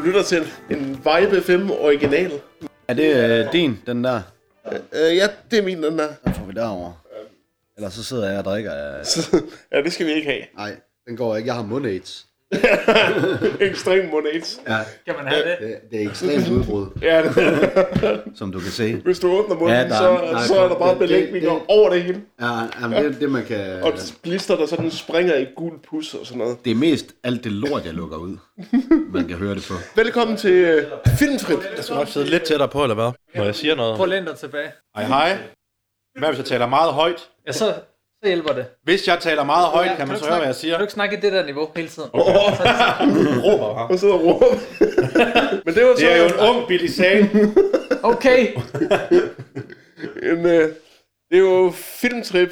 lytter til en Vibe FM original. Er det din, den der? Ja, det er min, den der. Den får vi derovre. Ellers så sidder jeg og drikker. Ja, det skal vi ikke have. Nej, den går ikke. Jeg har mund-aids. Ekstrem mund-aids. Ja. Kan man have det? Det er ekstremt udbrud. Ja, det. Som du kan se. Hvis du åbner munden, så er der bare belægninger over det hele. Ja, det man kan... Og blister, der sådan springer i gul pus og sådan noget. Det er mest alt det lort, jeg lukker ud. Man kan høre det på. Velkommen til Filmtrip. Jeg skal nok sidde lidt tættere på, eller hvad? Når jeg siger noget. Prøv at læne dig tilbage. Hej. Hvad hvis jeg taler meget højt? Ja, så hjælper det. Hvis jeg taler meget højt, kan man så høre, hvad jeg siger? Kan du ikke snakke i det der niveau hele tiden? Råber her. Og sidder og råber. Men det var så... Det er jo en ung Billy Zane. Okay. Det er jo Filmtrip,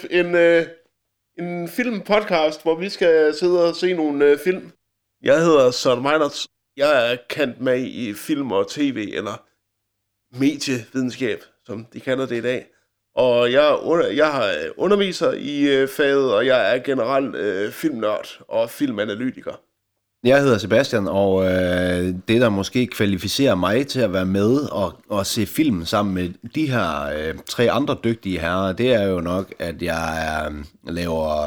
en filmpodcast, hvor vi skal sidde og se nogle film. Jeg hedder Søren Meinerts. Jeg er kendt med i film og tv, eller medievidenskab, som de kalder det i dag. Og jeg underviser i faget, og jeg er generelt filmnørd og filmanalytiker. Jeg hedder Sebastian, og det, der måske kvalificerer mig til at være med og se film sammen med de her 3 andre dygtige herrer, det er jo nok, at jeg laver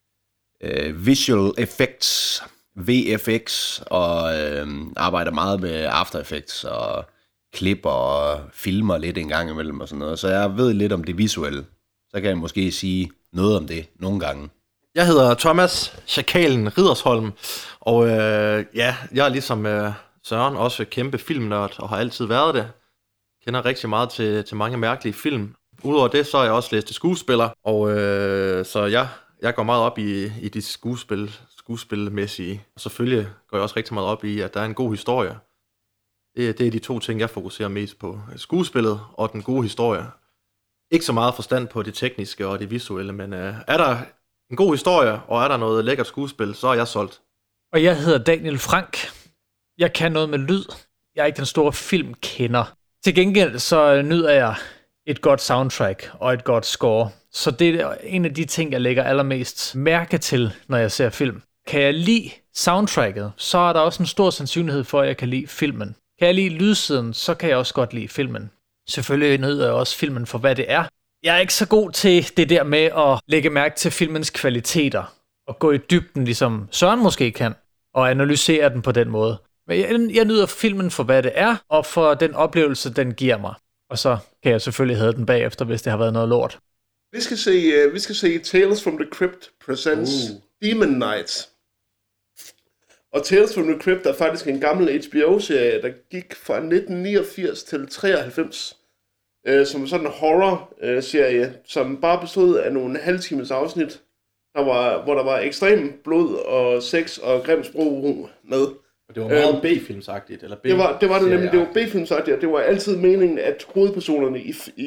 visual effects, VFX, og arbejder meget med After Effects og klipper og filmer lidt en gang imellem og sådan noget. Så jeg ved lidt om det visuelle. Så kan jeg måske sige noget om det nogle gange. Jeg hedder Thomas Chakalen Riddersholm, og jeg er ligesom Søren også kæmpe filmnørd, og har altid været det. Kender rigtig meget til mange mærkelige film. Udover det, så er jeg også læst til skuespiller, og så jeg går meget op i de skuespilmæssige. Og selvfølgelig går jeg også rigtig meget op i, at der er en god historie. Det er de 2 ting, jeg fokuserer mest på. Skuespillet og den gode historie. Ikke så meget forstand på det tekniske og det visuelle, men er der en god historie, og er der noget lækkert skuespil, så er jeg solgt. Og jeg hedder Daniel Frank. Jeg kan noget med lyd. Jeg er ikke den store filmkender. Til gengæld så nyder jeg et godt soundtrack og et godt score. Så det er en af de ting, jeg lægger allermest mærke til, når jeg ser film. Kan jeg lide soundtracket, så er der også en stor sandsynlighed for, at jeg kan lide filmen. Kan jeg lide lydsiden, så kan jeg også godt lide filmen. Selvfølgelig nyder jeg også filmen for, hvad det er. Jeg er ikke så god til det der med at lægge mærke til filmens kvaliteter, og gå i dybden, ligesom Søren måske kan, og analysere den på den måde. Men jeg nyder filmen for, hvad det er, og for den oplevelse, den giver mig. Og så kan jeg selvfølgelig have den bagefter, hvis det har været noget lort. Vi skal se Tales from the Crypt presents Demon Knight. Og Tales from the Crypt er faktisk en gammel HBO-serie, der gik fra 1989 til 93. Som sådan en horror-serie, som bare bestod af nogle halvtimes afsnit, hvor der var ekstrem blod og sex og grim sprog med. Og det var meget B-filmsagtigt, eller B. Det var det nemlig. Det var B-filmsagtigt, og det var altid meningen, at hovedpersonerne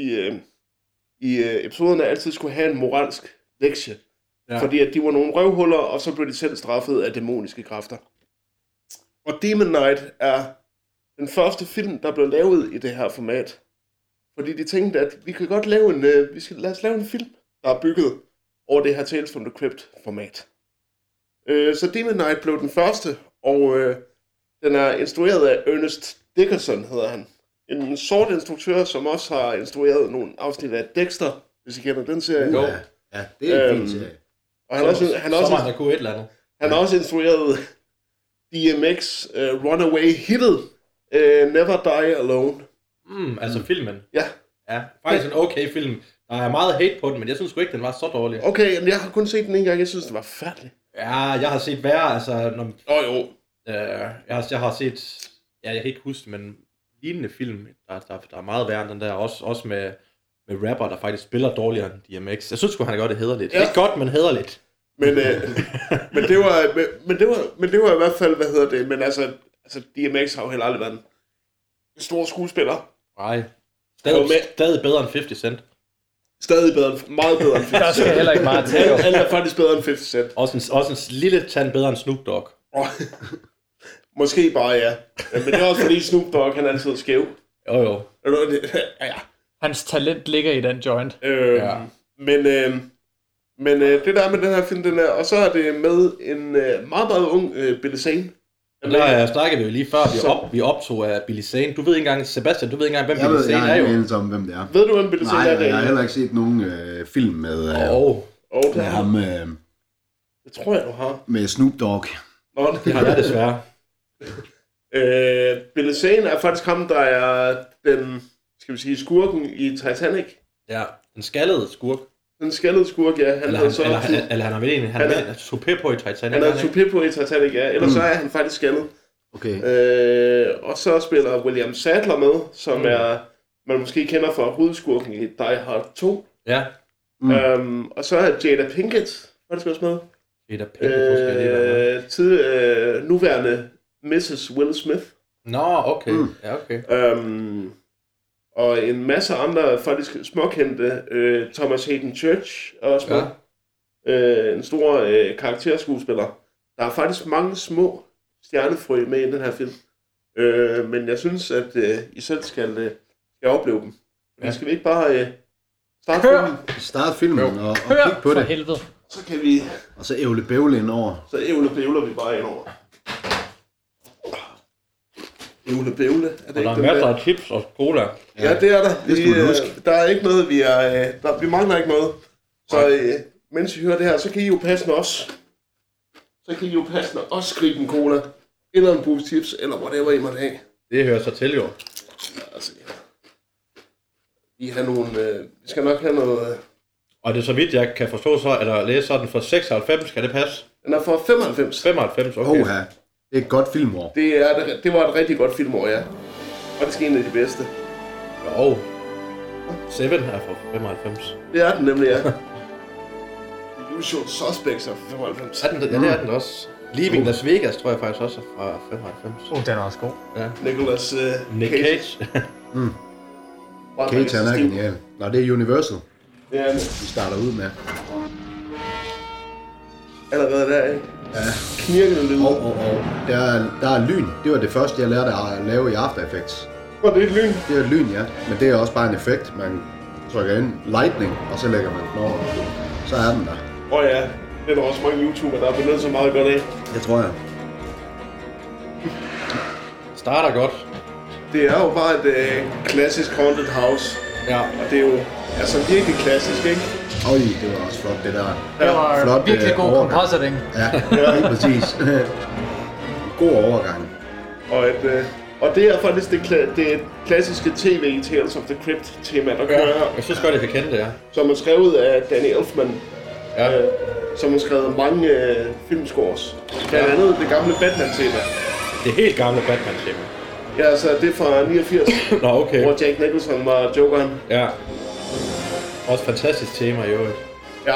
i episoderne altid skulle have en moralsk lektie. Ja. Fordi at de var nogle røvhuller, og så blev de selv straffet af dæmoniske kræfter. Og Demon Knight er den første film, der blev lavet i det her format. Fordi de tænkte, at vi kan godt lave lad os lave en film, der er bygget over det her Tales from the Crypt format. Så Demon Knight blev den første, og den er instrueret af Ernest Dickerson, hedder han. En sort instruktør, som også har instrueret nogle afsnit af Dexter, hvis I kender den serie. Ja, det er en fin serie. Og han har også instrueret DMX Runaway Hitted, Never Die Alone. Altså filmen. Ja. Ja, faktisk en okay film. Der er meget hate på den, men jeg synes sgu ikke, den var så dårlig. Okay, men jeg har kun set den en gang. Jeg synes, den var færdig. Ja, jeg har set værre, altså... Jo. Jeg har set... Ja, jeg kan ikke huske, men lignende film, der er meget værre end den der. Også med rapper, der faktisk spiller dårligere end DMX. Jeg synes sgu, han gør det hæderligt. Ja. Ikke godt, men hæderligt. Men det var i hvert fald, men altså DMX har jo heller aldrig været en stor skuespiller. Nej. Stadig bedre end 50 Cent. Stadig bedre, meget bedre end 50 Cent. Der skal heller ikke meget til. Han er faktisk bedre end 50 Cent. Også en lille tand bedre end Snoop Dogg. Måske bare, ja. Men det er også fordi Snoop Dogg, han er altid skæv. Jo. Ja. Hans talent ligger i den joint. Ja. Men det der med den her film, og så er det med en meget, meget ung Billy Zane. Og der snakkede vi jo lige før, vi optog af Billy Zane. Du ved ikke engang, Sebastian, hvem Billy Zane er jo. Jeg ved om, hvem det er. Ved du, hvem Billy Zane er? Nej, jeg har heller ikke set nogen film med, med ham. Det tror jeg, du har. Med Snoop Dogg. Det har jeg desværre. Billy Zane er faktisk ham, der er den, skal vi sige, skurken i Titanic. Ja, den skaldede skurk. Den skaldede skurk, ja. Han er vel egentlig, han er tupé på i Titanic. Han er tupé på i Titanic, ja. Ellers så er han faktisk skaldet. Okay. Og så spiller William Sadler med, som er, man måske kender fra hovedskurken i Die Hard 2. Ja. Og så er Jada Pinkett faktisk også med. Jada Pinkett måske nuværende Mrs. Will Smith. Nå, okay. Ja, okay. Og en masse andre faktisk småkendte. Thomas Hayden Church er også med. En stor karakterskuespiller. Der er faktisk mange små stjernefrø med i den her film. Men jeg synes, at I selv skal opleve dem. Ja. Skal vi ikke bare starte filmen? Starte filmen og kigge på det. Helvede. Så kan vi... Og så ævle bævle indover. Så ævler vi bare indover. Ævle bævle. Og der er masser af chips og cola. Ja, det er der. Det skal du huske. Der er ikke noget, vi mangler ikke noget. Så mens I hører det her, så kan I jo passende også. Gribe en cola. Eller en pose chips, eller whatever I måtte have. Det hører sig til jo. Altså, vi skal nok have noget... Og det er så vidt jeg kan forstå så, eller læse sådan for 96, kan det passe? Den er for 95. 95, okay. Det er et godt filmår. Det var et rigtig godt filmår, ja. Og det skal en af de bedste. Jo. Seven er fra 95. Det er den nemlig, ja. The Usual Suspects er fra 95. Ja, det er den også. Leaving Las Vegas, tror jeg faktisk også er fra 95. Den er også god. Ja. Nicolas Nick Cage. Cage, han er genial. Nå, det er Universal. Det er vi starter ud med. Allerede der, ikke? Ja. Knirkende lyd. Der er lyn. Det var det første, jeg lærte at lave i After Effects. Og det er et lyn? Det er et lyn, ja. Men det er også bare en effekt. Man trykker ind lightning, og så lægger man den over. Så er den der. Ja. Det er der også mange YouTubere, der har benyttet så meget godt af. Det tror jeg. Starter godt. Det er jo bare et klassisk haunted house. Ja. Og det er jo altså virkelig klassisk, ikke? Det var også flot, det der. Det var flot, virkelig god compositing. Ja, lige præcis. God overgang. Og det er faktisk det klassiske TV Tales of the Crypt tema, der kører. Jeg synes godt, jeg kan kende det, ja. Som er skrevet af Danny Elfman. Ja. Som har skrevet mange filmscores. Blandt andet det gamle Batman-tema. Det helt gamle Batman-tema? Ja, altså det er fra 89. Nå, okay. Hvor Jack Nicholson var Jokeren. Ja. Også fantastisk tema i øvrigt. Ja.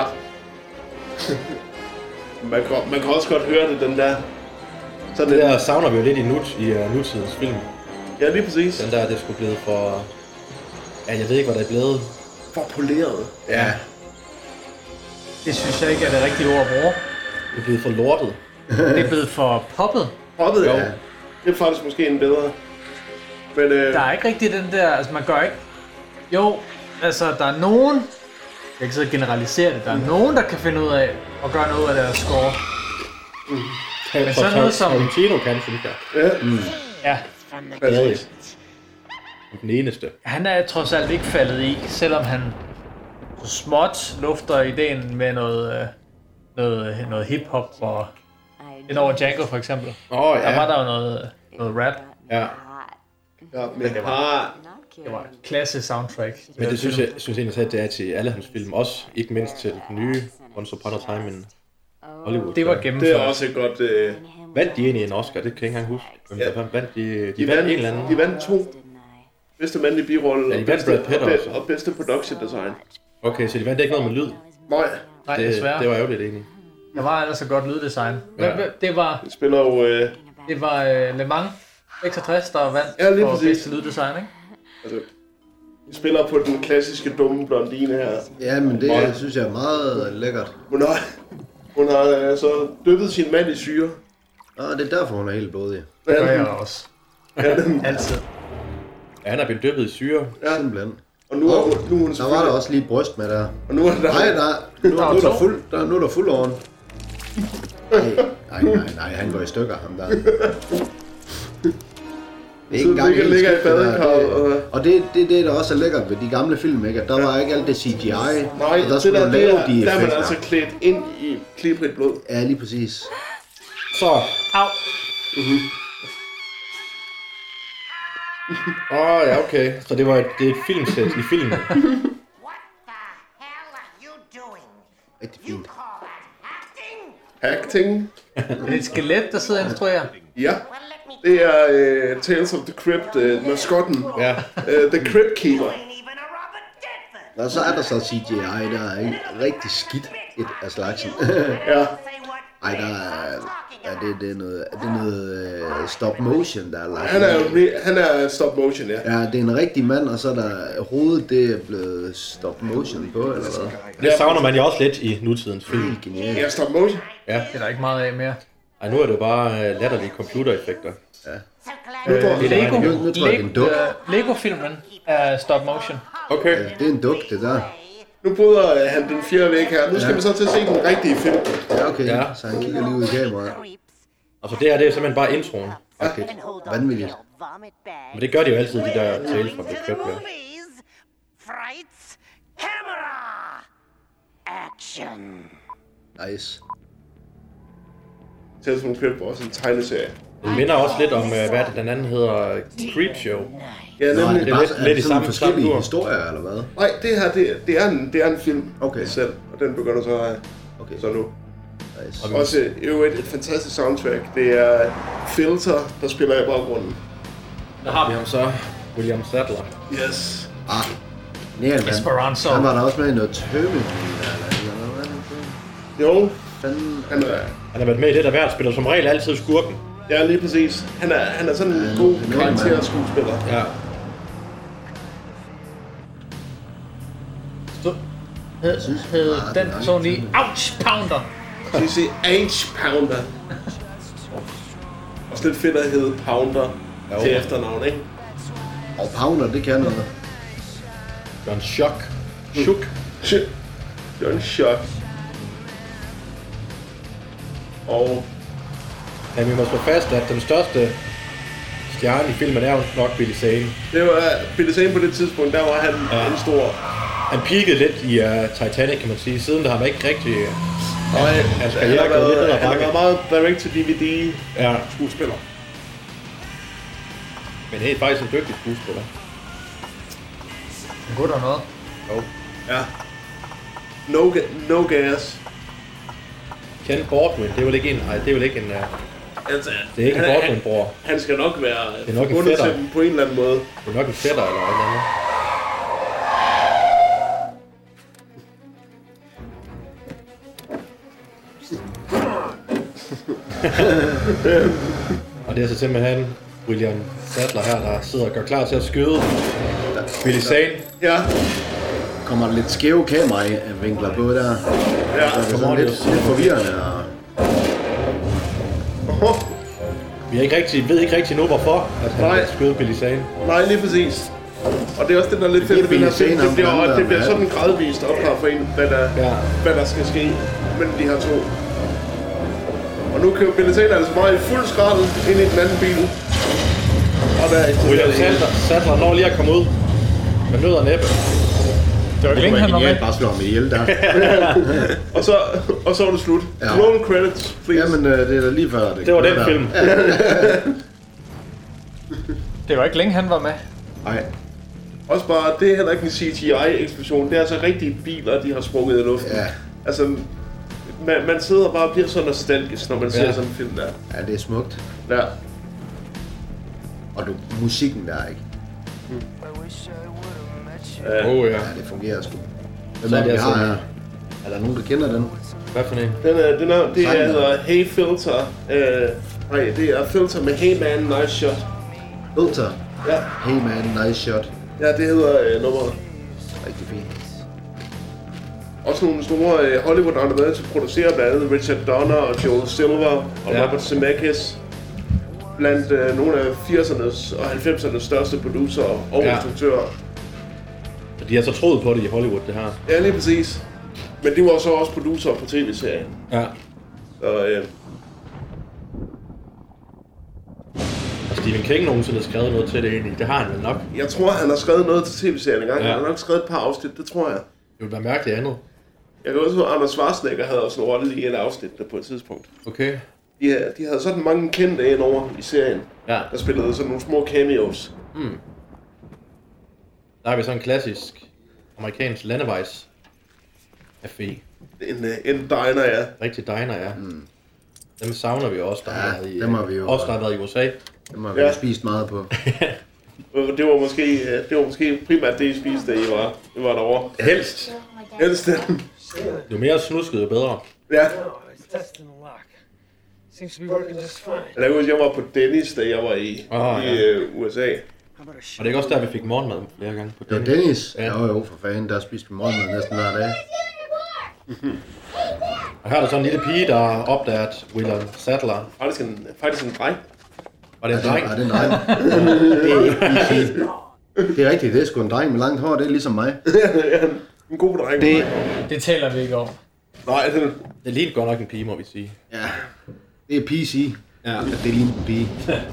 man kan også godt høre det, den der... Så det der savner vi jo lidt i nutidens film. Ja, lige præcis. Den der, det skulle blive for... Ja, jeg ved ikke, hvad der er blevet. For poleret. Ja. Det synes jeg ikke er det rigtige ord at bruge. Det er blevet for lortet. Det er blevet for poppet. Poppet, ja. Det er faktisk måske en bedre. Men, der er ikke rigtig den der, altså man gør ikke... Jo, altså der er nogen... Jeg kan ikke sidde og generalisere det. Der er nogen, der kan finde ud af at gøre noget af deres score. Men sådan noget som... Tarantino kan, synes jeg. Ja. Ja. Den eneste. Han er trods alt ikke faldet i, selvom han så småt lufter ideen med noget hip-hop og ind over Django for eksempel. Ja. Der var der jo noget rap. Ja. Men det var et klasse soundtrack. Men det synes jeg egentlig, at det er til alle hans film. Også ikke mindst til den nye Once Upon a Time in Hollywood. Det var gennemført. Det er også et godt... Vandt de egentlig en Oscar? Det kan jeg ikke engang huske. Ja. Vandt de vandt en eller anden. De vandt 2. Bedste mandlige birolle og bedste production design. Okay, så de vandt ikke noget med lyd? Nej, desværre. Det var jo lidt enig. Der var ellers så godt lyddesign. Ja. Det var... Det spiller jo... Det var Le Mans 66, der vandt for bedste lyddesign, ikke? Altså, vi spiller på den klassiske dumme blondine her. Ja, men det synes jeg er meget lækkert. Hun har så dyppet sin mand i syre. Det er derfor, hun er helt blodig. Det gør jeg også. Altid. Ja, han er blevet dyppet i syre. Ja, simpelthen. Og nu er hun der var der også lige bryst med der. Og nu er der... Nej, nu er der fuld on. Nej, han går i stykker, ham der. Det er ikke engang helt ligger i badekarret. Og det der også er lækkert ved de gamle film, ikke? Der var ikke alt det CGI. Nej, der skulle det lave de der er man effekter. altså klædt ind i klibrigt blod. Ja, lige præcis. Så. Au. Ja, okay. Så det er et filmsæt i filmen. What the hell are you doing? Rigtig You fint. call that acting? Acting. Det er et skelet, der sidder og instruerer. Ja. Well, let me Det er Tales of the Crypt, maskotten. Ja. The Crypt Keeper. ain't even a Robert Redford. Og så er der så CGI, der er ikke rigtig skidt et af slagsen. Ja. Say what Ej, der er... Ja, det er noget stop motion, der er lagt. Han er stop motion, ja. Ja, det er en rigtig mand, og så er der hovedet, det er blevet stop motion på, eller hvad? Det savner man jo også lidt i nutidens film. Genialt. Ja, stop motion. Ja. Det er der ikke meget af mere. Ej, nu er det bare latterlige computereffekter. so glad Lego, Nu tror jeg, det er en duk. Lego-filmen er stop motion. Okay. Det er en duk, det der. Nu bryder han den fjerde væg her. Nu skal vi så til at se den rigtige film. Ja, okay. Ja. Så han kigger lige ud i kameraet. creeps Altså det her, det er simpelthen bare introen. Okay. and hold on Vanvittigt. to your vomit bag. Men det gør de jo altid, de der tales fra The Crypt. Ja. Movies, frights, camera, action. Nice. Tales from the Crypt var også en tegneserie. Den minder også lidt om, hvad den anden hedder, Creepshow. Ja, Nå, nemlig. det er bare lidt- lidt i sådan samme forskellige dur. historier, eller hvad? Nej, det her, det er en film Okay. selv, og den begynder så her. Okay. Så nu. Nice. Også et fantastisk soundtrack. Det er Filter, der spiller i baggrunden. Der har vi ham så, William Sadler. Yes. Næren, Esperanza. han var der også med i noget Terminator, eller hvad? Jo, Fanden. han er... Han har været med i det der hvert, spiller som regel altid skurken. Ja, lige præcis. Han er sådan en god det er karakterskuespiller. Ja. Hed den person lige Ouch Pounder. Så vi siger Age Pounder. Også lidt fedt at hedde Pounder til efternavn, ikke? Og Pounder, det kan noget. John Shock. Shook. Shit. John Shock. Og Ja, vi må slå fast, at den største stjerne i filmen er jo nok Billy Zane. det var Billy Zane på det tidspunkt, der var han en stor... Han peakede lidt i Titanic, kan man sige. Siden der har han ikke rigtig... Og hans karriere gået lidt ned ad han har bakke. været meget direct-to-DVD Ja, skuespiller. men det er faktisk en dygtig skuespiller. Godt og noget. Jo. Ja. No gas. Ken Baldwin, det er vel ikke en... Nej, det er vel ikke en... Altså, Det er ikke en Baldwin-bror. Han skal nok være Det er nok en forbundet fætter. til dem på en eller anden måde. Det er nok en fætter eller noget andet. Og det er så simpelthen William Sadler her, der sidder og gør klar til at skyde Billy Zane. Ja, Kommer der lidt skæve kameravinkler på der. ja. Det er sådan lidt forvirrende. Og... Vi ved ikke rigtig nu, hvorfor at han Nej. vil skyde Billy Zane. Nej, lige præcis. Og det er også det, der er lidt fedt ved den her film. Det bliver sådan gradvist opklaret for en, hvad der skal ske mellem de her to. Og nu kører Billy Zane altså bare i fuld skrald ind i den anden bil. Og der er William Sadler når lige at komme ud med nød og næppe. Det var Det længe, var han var med. genialt bare slå ham ihjel der. og så var det slut. Ja. Roll credits, please. Jamen, det er da lige før. Det var den der. film. Det var ikke længe, han var med. Nej. Også bare, det er heller ikke en CGI-eksplosion. Det er altså rigtige biler, de har sprunget i luften. Ja. Altså, man sidder bare og bliver så nostalgisk, når man ser sådan en film der. Ja, det er smukt. Ja. Og musikken der, ikke? Ja. Ja, det fungerer sgu. Hvem Så er er det, det vi har altså- her? Er der nogen, der kender den? Hvad for en? Det Sangen. hedder Hey Filter. Nej, det er Filter med Hey Man, Nice Shot. Filter. Ja, Hey man, nice shot. ja det hedder nummeret. Rigtig fint. Også nogle store Hollywood, der har været til at producere, blandt andet Richard Donner og Joel Silver og Robert Zemeckis. Blandt nogle af 80'ernes og 90'ernes største producer og instruktører. Så de har så troet på det i Hollywood, det her. Ja, lige præcis. Men de var så også producer på tv-serien. Ja. Så, Har Stephen King nogensinde skrevet noget til det egentlig? Det har han vel nok. jeg tror, han har skrevet noget til tv-serien engang. Ja. Han har nok skrevet et par afsnit, det tror jeg. Det ville være mærkeligt andet. Jeg kan også høre, at Anders Schwarzenegger havde også en rolle i et afsnit på et tidspunkt. Okay. De havde sådan mange kendte ind over i serien, Ja. der spillede sådan nogle små cameos. Der har vi sådan en klassisk amerikansk landevejs café. En diner, ja. Rigtig diner, ja. Dem savner vi også, der har været i, dem har vi jo- også der har været i USA. Dem har vi jo spist meget på. Det var måske primært det, I spiste, da I var derovre. Helst. Helst det. Jo mere snusket, jo bedre. Ja. Testing the lock. Seems to be working just fine. Jeg kan huske, jeg var på Dennis, da jeg var i USA. Og det er ikke også der, vi fik morgenmad flere gange på Det var Dennis. Ja. Jo, for fanden, der spiste vi morgenmad næsten hver dag. Og her er der så en lille pige, der har opdaget William Sadler. Faktisk en dreng. Var det en dreng? Ja, det er en dreng. Det er rigtigt, det er sgu en dreng med langt hår, det er ligesom mig. En god dreng. Det taler vi ikke om. Nej, Det lignede godt nok en pige, må vi sige. Ja, det er PC. Ja. Det er lige en pige.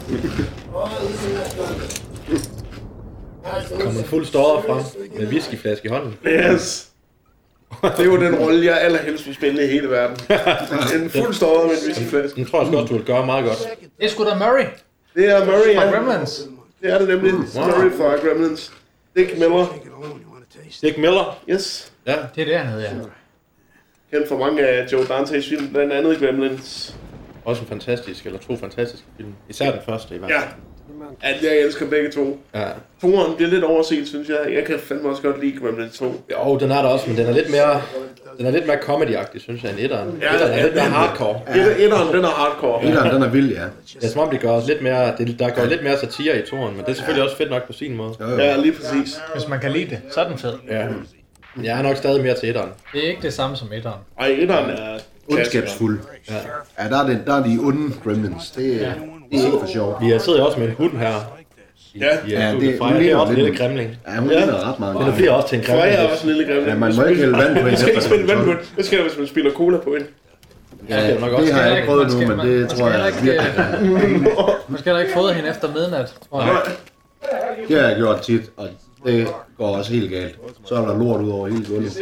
Der kom en fuld stodder frem med whiskyflaske i hånden. yes. Det er jo den rolle, jeg allerhelst vil spille i hele verden. En fuld stodder med en whiskyflaske. Den tror jeg også, du vil gøre meget godt. Det er sgu da Murray Det er Murray, fra ja. Gremlins. Det er det nemlig. Murray fra Gremlins. Dick Miller. Dick Miller. Yes. Ja. Det er det, han hedder, ja. Kendt for mange af Joe Dantes film, blandt andet Gremlins. Også en fantastisk, eller to fantastiske film. Især den første i hvert fald. Ja, jeg elsker begge to. Ja. Toren bliver lidt overset, synes jeg. Jeg kan fandme også godt lide Gremlins 2. Jo, den er der også, men den er lidt mere comedy-agtig, synes jeg, end etteren. Ja, Etteren er lidt mere hardcore. Etteren, den er hardcore. Etteren, den er vild, ja. Det er som om, det gør os lidt mere, der går lidt mere satire i toren, men det er selvfølgelig også fedt nok på sin måde. Ja, lige præcis. Hvis man kan lide det, så er den fed. Ja. Men jeg er nok stadig mere til etteren. Det er ikke det samme som etteren. Ej, etteren er Ondskabsfuld. Ja, der er de onde Gremlins. Det er ikke for sjov. Vi sidder også med en hund her. Ja, Ja, Det er også en lille gremling. Ja, hun ligner ret meget. Den bliver også til en Freja gremling. er også en lille gremling. Ja, man må ikke hælde vand på Man hende. skal ikke spille vand på hende. Det skal der, hvis man spiller cola på hende. Ja, nok også. det har jeg ikke prøvet Man nu, skal- men man- det man tror skal jeg heller virkelig. Man skal da ikke fodre hende efter midnat, tror jeg. Det har jeg gjort tit, og det går også helt galt. Så er der lort ud over hele gulvet.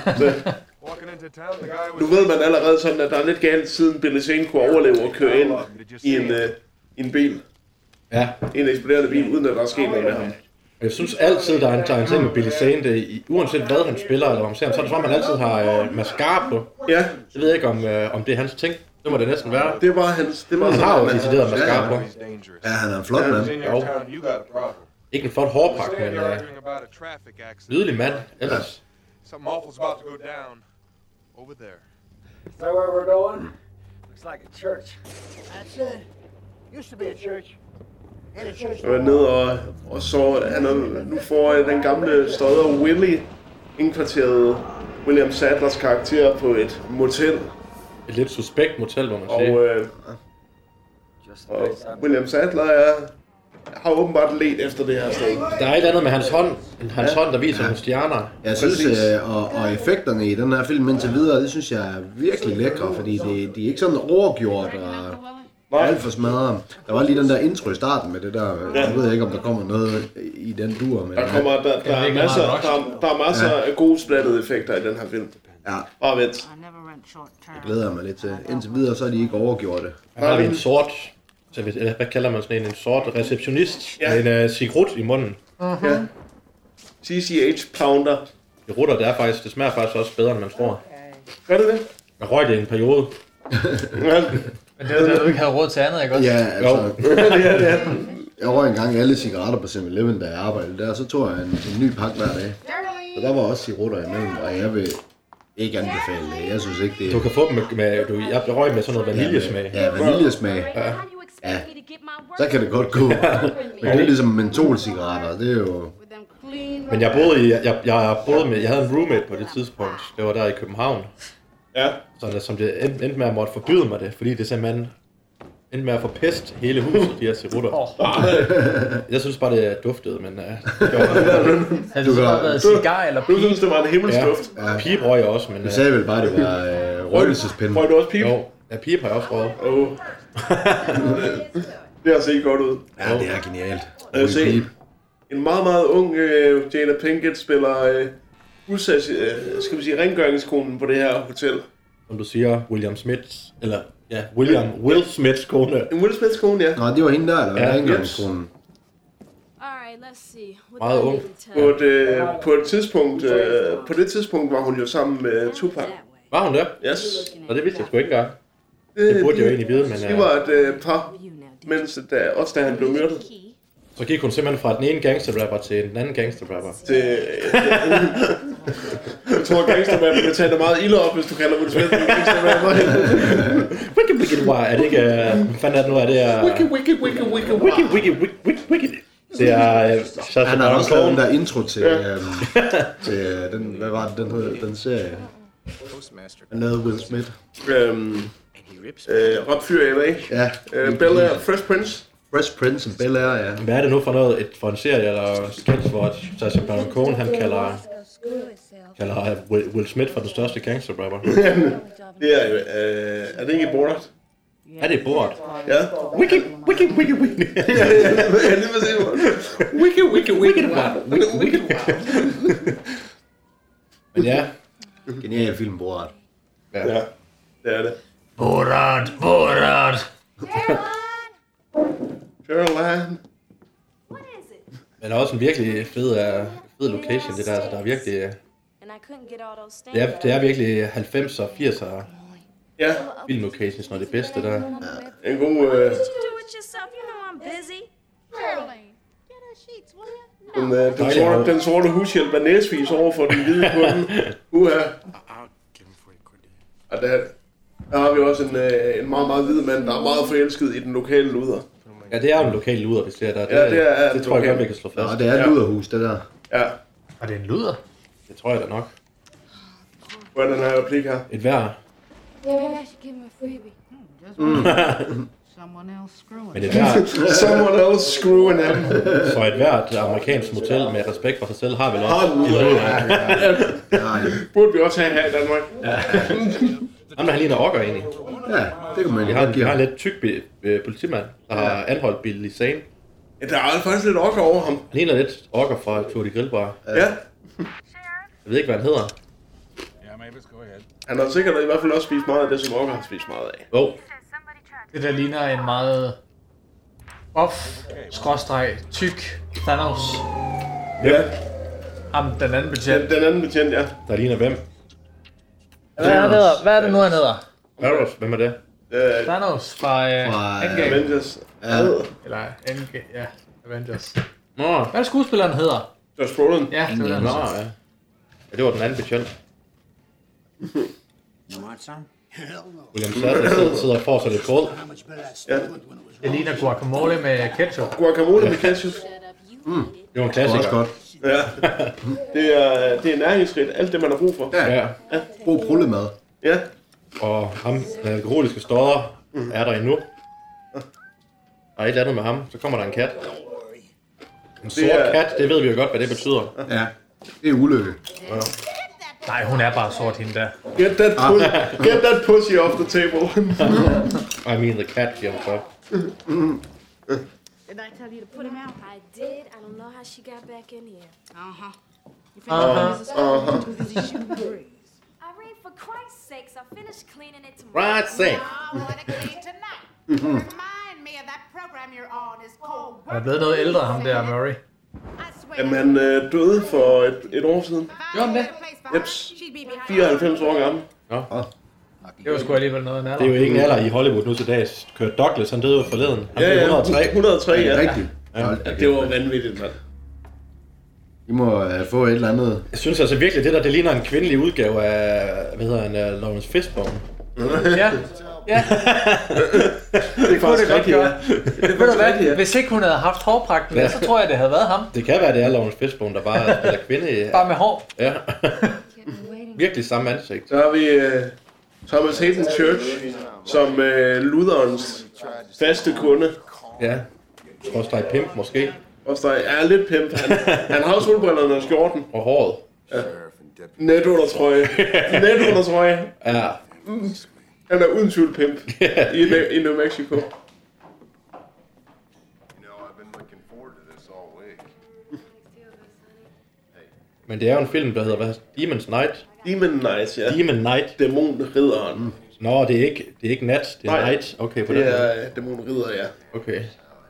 Nu ved man allerede sådan, at der er lidt galt, siden Billy Zane kunne overleve og køre ind i en bil. Ja. En eksploderende bil, uden at der er sket noget med ham. Jeg synes altid, der er en ting med Billy Zane, uanset hvad han spiller, eller hvad man ser, så er det som om, han altid har mascara på. Ja, Jeg ved ikke, om det er hans ting. Det må det næsten være. det var hans. Det var Han har jo sådan, decideret mascara på. Ja, han er en flot mand. Jo. Ikke en flot hårpakke, men nydelig mand ellers. Something awful's about to go down over there. Is that where we're going? Looks like a church. That's it. Used to be a church. And a church. jeg var nede og så, han er nu får den gamle stodder Willy indkvarteret William Sadlers karakter på et motel. Et lidt suspekt motel, må man sige. Og William Sadler har åbenbart let efter det her sted. Der er et eller andet med hans hånd, der viser nogle stjerner. Jeg synes, Præcis. og effekterne i den her film indtil videre, det synes jeg er virkelig lækre, fordi de er ikke sådan overgjort og alt for smadret. Der var lige den der intro i starten med det der, jeg ved ikke, om der kommer noget i den dur, men Der er masser af gode splattede effekter i den her film. ja, Bare vent. I never rent short term. glæder jeg mig lidt til. Indtil videre, så er de ikke overgjort det. Her har vi en sort, hvad kalder man sådan en sort receptionist med en cigarut i munden. TCH Pounder. Cigarutter, det smager faktisk også bedre, end man tror. Gør det det? Jeg røg det i en periode. Ja. Men det er jo, da du ikke havde råd til andet, ikke også? Ja, altså, jeg røg engang alle cigaretter på 7-Eleven, da jeg arbejdede der, så tog jeg en ny pakke hver dag. Så der var også cigaretter imellem, og jeg vil ikke anbefale det. Jeg synes ikke, det Du kan få dem jeg røg med sådan noget vaniljesmag. Ja, vaniljesmag. Ja, så kan det godt gå. Men det er ligesom mentolcigaretter, det er jo... Men jeg havde en roommate på det tidspunkt. Det var der i København. Ja. Som det endte med at måtte forbyde mig det, fordi det simpelthen endte med at forpeste hele huset, de her cigaretter. Jeg synes bare, det duftede, men Havde det så bare været cigar eller Du pige? synes, det var en himmelsduft. pibe røg jeg også, men Du sagde vel bare, det var røgelsespinde. Røg du også pip? jo, Ja, Peep har jeg også prøvet. Det har set godt ud. Ja, det er genialt. Se, en meget, meget ung Jada Pinkett spiller skal vi sige, rengøringskonen på det her hotel. Som du siger, William Smith, eller ja, Will Smiths kone. En Will Smiths kone, ja. Nå, det var hende der, eller Ja, rengøringskonen. Meget ung. På det tidspunkt var hun jo sammen med Tupac. Var hun der? Yes. Og det vidste jeg sgu ikke engang. Det burde jeg jo egentlig vide, men... De var et par, mens da han blev myrdet. Så gik hun simpelthen fra den ene gangsterrapper til den anden gangsterrapper. Jeg tror, gangsterrapper vil tage dig meget ilde op, hvis du kalder Will Smith en gangsterrapper. Wiki, er det ikke... Hvad fanden er det nu? Er det... Wiki. Det er... Han har også lavet den der intro til den... Hvad var det, den hed? Den serie. Han lavede Will Smith. Rob Fyr, ikke? Ja. Bel-Air, Fresh Prince. Fresh Prince og Bel-Air, ja. Hvad er det nu for noget? For en serie eller sketch, hvor Sacha Baron Cohen, han kalder Will Smith for den største gangsterrapper? Det er jo... er det ikke i Borat? Er det Borat? Ja. Wiki. Ja, lige præcis. Wiki. Men ja. Genial film, Borat. Ja, det er det. Borat. Caroline. Men også en virkelig fed location, det der. Altså, der er virkelig... Det er virkelig 90'er og 80'er Ja. filmlocations, når det er bedste der. En god... Den sorte hushjælp er næsvis over for den hvide kunde. Og der har vi også en meget, meget hvid mand, der er meget forelsket i den lokale luder. Ja, det er jo en lokal luder, hvis det er der. Det tror jeg godt, vi kan slå fast. Ja, det er et luderhus, det der. Ja. Og det er en luder? Det tror jeg da nok. Hvor er den her replik her? Et vejr. Men et vejr. Someone else screwing him. Så et hvert amerikansk motel med respekt for sig selv har vel også en luder. Burde vi også have her i Danmark. Ham der, han ligner Ogger egentlig. Ja, det kan man Vi jo godt give har ham. en lidt tyk politimand, der har anholdt Billy Zane. Ja, der er faktisk lidt okker over ham. Han ligner lidt Ogger fra Tour de Grillbar. Ja. Jeg ved ikke, hvad han hedder. Han har sikkert i hvert fald også spist meget af det, som okker har spist meget af. Det der ligner en meget tyk Thanos. Ja. Ham, den anden betjent. Den anden betjent, ja. Der ligner hvem? Hvad er det nu, han hedder? Hvem er det? Thanos fra Endgame. Avengers. Ja. Eller Endgame, ja. Avengers. Nå. Hvad er det skuespilleren hedder? Josh Brolin. Ja, det var den. Nå, ja. Det var den anden betjent. William Sadler sidder og får sig lidt brød. Ja. Det ligner guacamole med ketchup. Guacamole med ketchup. Det var en klassiker. Også godt. Ja. Det er næringsrigt. Alt det, man har brug for. Ja. God prullemad. Ja. Og ham, den alkoholiske stodder, er der endnu. Der er et eller andet med ham. Så kommer der en kat. En sort kat, det ved vi jo godt, hvad det betyder. Ja, det er ulykke. Nej, hun er bare sort, hende der. Get that pussy off the table. I mean the cat, siger hun så. Did I tell you to put him out? I did. I don't know how she got back in here. You finished Irene, for Christ's sakes, I finished cleaning it tomorrow. Right, say. I want to clean tonight. Remind me of that program you're on. It's called Han er blevet noget ældre, ham der, Murray. Jamen, han døde for et år siden. Gjorde han det? Jeps. 94 år gammel. Nå. Det var sgu alligevel noget af en alder. Det er jo ikke en alder i Hollywood nu til dags. Kurt Douglas, han døde jo forleden. Han blev 103. 103, ja. Rigtigt. Ja, det var vanvittigt, mand. I må få et eller andet. Jeg synes altså virkelig, det ligner en kvindelig udgave af, hvad hedder han, Lawrence Fishburne. Ja. Det kunne det godt gøre. Ved du hvad? Hvis ikke hun havde haft hårpragten, så tror jeg, det havde været ham. Det kan være, det er Lawrence Fishburne, der bare spiller kvinde. Bare med hår. Ja. Virkelig samme ansigt. Så har vi Thomas Hayden Church som luderens faste kunde. Ja. Skråstreg pimp måske. Og der er lidt pimp. Han har solbrillerne og skjorten. Og håret. Ja. Netundertrøje. Ja. Han er uden tvivl pimp i New Mexico. Men det er jo en film, der hedder Demon's Night. Demon Knight, ja. Demon Night. Dæmonridderen. Nå, det er ikke nat, det er night. Okay, på den måde. Det er dæmonridder, ja. Okay.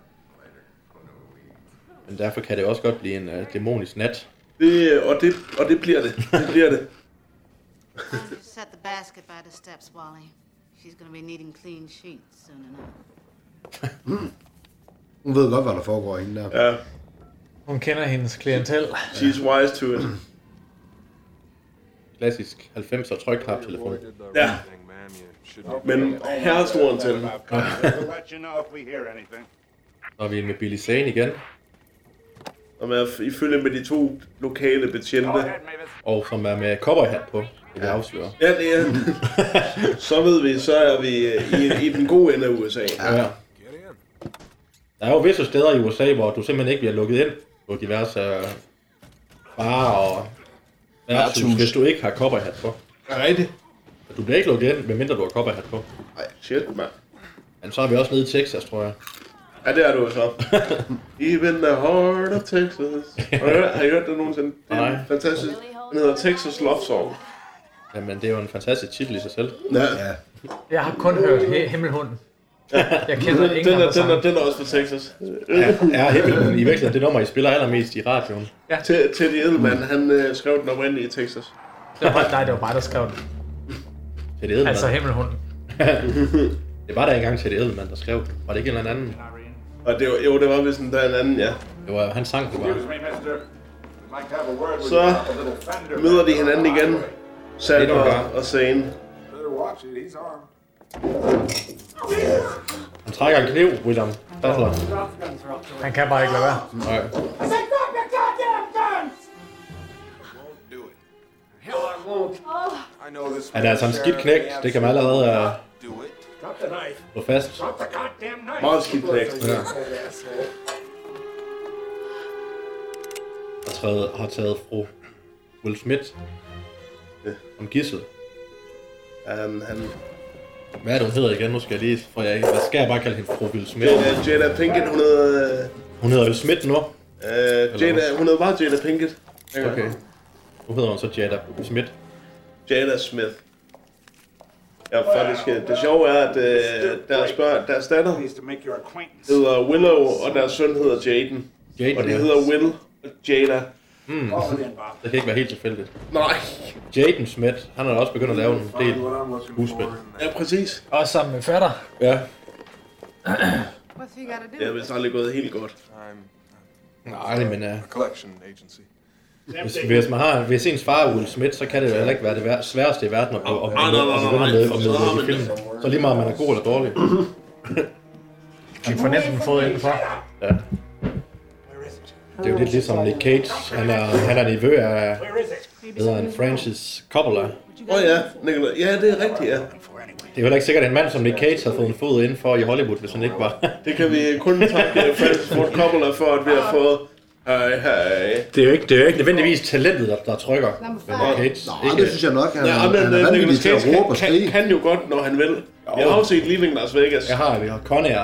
Men derfor kan det også godt blive en dæmonisk nat. Og det bliver det. Det bliver det. Set the basket by the steps, Wally. She's gonna be needing clean sheets soon enough. Hun ved godt, hvad der foregår hende der. Ja. Hun kender hendes klientel. She's wise to it. Klassisk 90'er trykknap-telefon. Ja. Men herrestoren til den. Så er vi med Billy Zane igen. Som er ifølge med de 2 lokale betjente. Og som er med cowboyhat på, det afslører. Ja, det er. Så ved vi, så er vi i den gode ende af USA. Ja. Der er jo visse steder i USA, hvor du simpelthen ikke bliver lukket ind på diverse barer og værtshus, hvis du ikke har cowboyhat på. Er rigtigt? Du bliver ikke lukket ind, medmindre du har cowboyhat på. Nej, shit, mand. Men så er vi også nede i Texas, tror jeg. Ja, det er du så. Even the heart of Texas. Har I hørt det nogensinde? Det er fantastisk. Den hedder Texas Love Song. Jamen, det er jo en fantastisk titel i sig selv. Ja. Jeg har kun hørt Himmelhunden. Jeg kender ingen andre sange. Den er også fra Texas. Ja, Himmelhunden i virkeligheden det nummer, I spiller allermest i radioen. Ja. Teddy Edelman, han skrev den oprindeligt i Texas. Det var mig, der skrev den. Teddy Edelman. Altså Himmelhunden. Det var der engang Teddy Edelman, der skrev den. Var det ikke en eller anden? Og det var vist der en anden, ja. Det var han sang, det var. Så møder de hinanden igen. Sandler og Zane. Han trækker en kniv, William. Han kan bare ikke lade være. Nej. Han er altså en skidt knægt. Det kan man allerede slå fast. Meget skidt knægt. Ja. Har taget fru Will Smith om gidsel. Hvad er det, hun hedder igen? Nu skal jeg lige... Hvad skal jeg bare kalde hende? Fru Will Smith? Jada Pinkett, Hun hedder Will Smith nu? Hun hedder bare Jada Pinkett. Okay. Nu hedder hun så Jada Smith. Jada Smith. Ja, faktisk. Det sjove er, at deres datter hedder Willow, og deres søn hedder Jaden. Og det hedder Will Jada. Det kan ikke være helt tilfældigt. Nej. Jaden Smith, han har også begyndt at lave en del husspil. Ja, præcis. Også sammen med fatter. Ja. Det er vist aldrig gået helt godt. Nej, men hvis ens far er Will Smith, så kan det jo heller ikke være det sværeste i verden at begynde med i filmen. Så lige meget, om man er god eller dårlig. Man får næsten fået indenfor. Ja. Det er jo lidt ligesom Nick Cage. Han er nevø af Francis Coppola. Ja, Nicola. Ja, det er rigtigt, ja. Det er jo heller ikke sikkert, at en mand som Nick Cage har fået en fod indenfor i Hollywood, hvis han ikke var. Det kan vi kun takke Francis Ford Coppola for, at vi har fået. Det er jo ikke nødvendigvis talentet, der trykker med Nick Cage. Nej, det synes jeg nok. Han er vanvittig til at råbe og skrige. Kan jo godt, når han vil. Jeg har jo set Leaving Las Vegas. Jeg har det, og Con Air.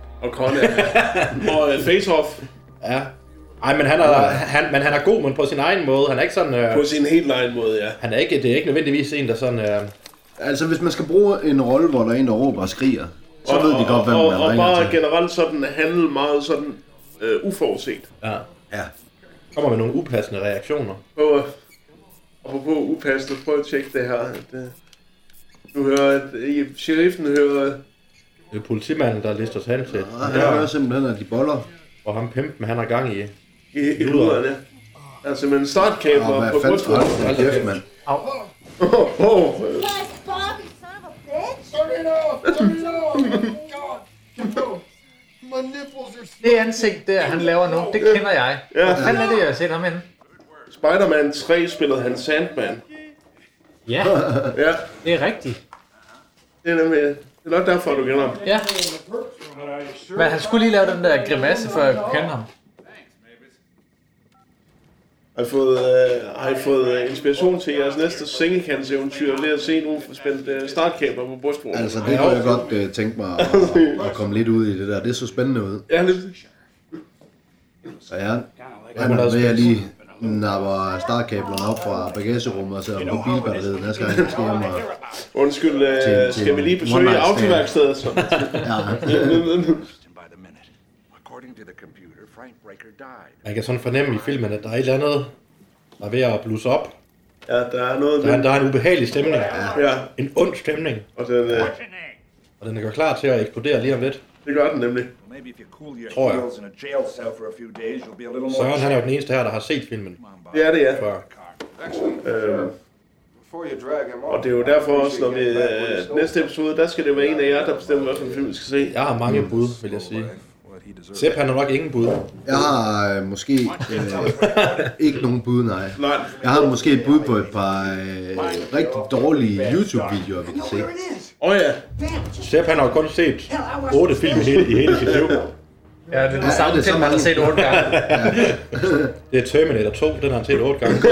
Og Face Off. Ja. Ej, men han er god, men på sin egen måde. Han er ikke sådan... På sin helt egen måde, ja. Det er ikke nødvendigvis en, der sådan... Altså, hvis man skal bruge en rolle, hvor der er en, der råber og skriger, så ved de godt, hvem man ringer til. Og bare generelt sådan handle meget sådan uforudset. Ja. Kommer med nogle upassende reaktioner. Apropos upassende, prøv at tjekke det her. Du hører, sheriffen hører... Det er politimanden, der lister sig hen til. Han hører simpelthen, at de boller. Og ham pimpen, han har gang i luderne. Der er simpelthen startkamera på godsmålet. Hold kæft, mand. Au. Det ansigt der, han laver nu, det kender jeg. Hvor fanden er det, jeg har set ham henne? Spider-Man 3 spillede han Sandman. Ja, det er rigtigt. Det er nemlig... Det er nok derfor, du kender ham. Ja. Men han skulle lige lave den der grimasse, før jeg kunne kende ham. Har I fået inspiration til jeres næste sengekantseventyr ved at se nogle spændt startkabler på brystvorten? Altså, det kunne jeg godt tænke mig at komme lidt ud i det der. Det så spændende ud. Ja, lidt. Så jeg er ved at lige napper startkablerne op fra bagagerummet og sætter dem på bilbatteriet næste gang jeg skal hjem og... Undskyld, skal vi lige besøge autoværkstedet? Så? Man kan sådan fornemme i filmen, at der er et eller andet, der er ved at blusse op. Ja, der er noget... Der er en ubehagelig stemning. Ja. En ond stemning. Og den er klar til at eksplodere lige om lidt. Det gør den nemlig. Tror jeg. Søren, han er jo den eneste her, der har set filmen. Det er det, ja. Og det er jo derfor også, når vi næste episode, der skal det være en af jer, der bestemmer, hvilken film vi skal se. Jeg har mange bud, vil jeg sige. Sepp, han har nok ingen bud. Jeg har måske ikke nogen bud, nej. Jeg har måske et bud på et par rigtig dårlige YouTube-videoer, vi kan se. Ja. Sepp, han har kun set 8 film i hele sit liv. Ja, det er den samme film, han har set 8 gange. Det er Terminator 2, den har han set 8 gange.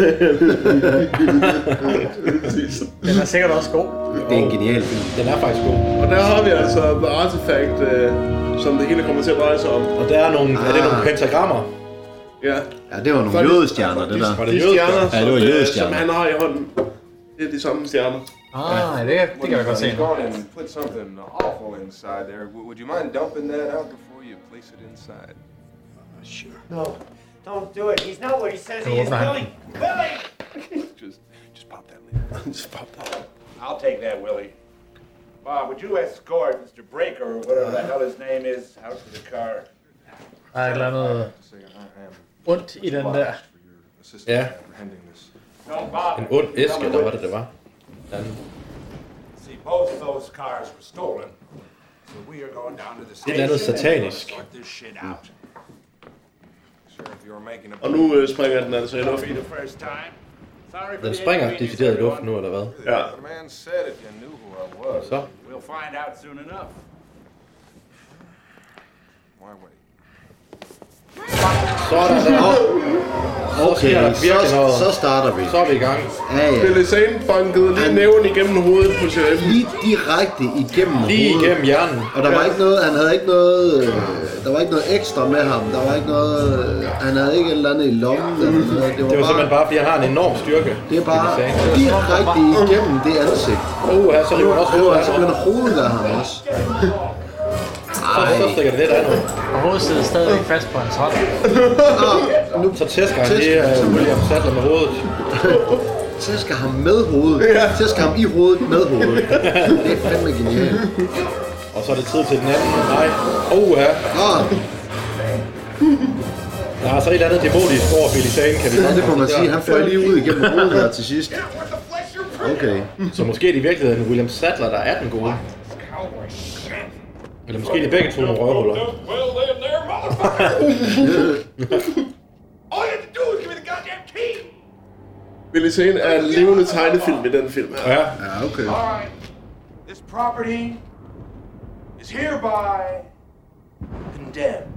Den er sikkert også god. Det er en genial film. Den er faktisk god. Og der har vi altså The Artifact, som det hele kommer til at dreje sig om. Og der er nogle, er det nogle pentagrammer? Ja. Ja, det var nogle jødestjerner, det der. De stjerner, ja, det var jødestjerner. som han har i hånden. Det er de samme stjerner. Det kan jeg godt se. Put something awful inside there. Would you mind dumping that out before you place it inside? Sure. No, don't do it. He's not what he says he is. Willie! Willie! Just pop that lid. Just pop that. I'll take that, Willie. Bob, would you escort Mr. Breaker, or whatever the hell his name is, out to the car? Der er et eller andet ondt i den der. Ja. En ond æske, eller hvad det var. See, both of those cars were stolen. So we are going down to the Det er et eller andet satanisk. sort this shit out. Og nu springer den altså i luften. Den springer decideret i luften nu, eller hvad? Ja. Så. We'll find out soon enough. Sådan der. Okay, så starter vi. Så er vi i gang. Ja. Billy Zane bankede lige næven igennem hovedet på sheriffen. Lige direkte igennem hovedet. Lige igennem hjernen. Og der var ikke noget, han havde ikke noget, der var ikke noget ekstra med ham. Der var ikke noget, han havde ikke et eller andet i lommen eller noget. Det var simpelthen bare, fordi han har en enorm styrke. Det er bare direkte igennem det ansigt. Her, så løber han også hovedet af ham. Så bliver hovedet af ham også. Så stikker det lidt af nu. Og hovedet sidder stadigvæk fast på hans hånd. Nu så tæsker han lige William Sadler med hovedet. Tæsker ham med hovedet. Tæsker ham i hovedet med hovedet. Det er fandme genialt. Og så er det tid til den anden. Nej. Ja. Der er så et eller andet dæmonisk over Billy Zane, kan vi sige. Det må man sige. Han fløj lige ud igennem hovedet her til sidst. Okay. Så måske er det i virkeligheden William Sadler, der er den gode. Eller måske de begge to nogle røvhuller. Billy Zane er en levende tegnefilm i den film her. Ja, okay. This property is hereby condemned.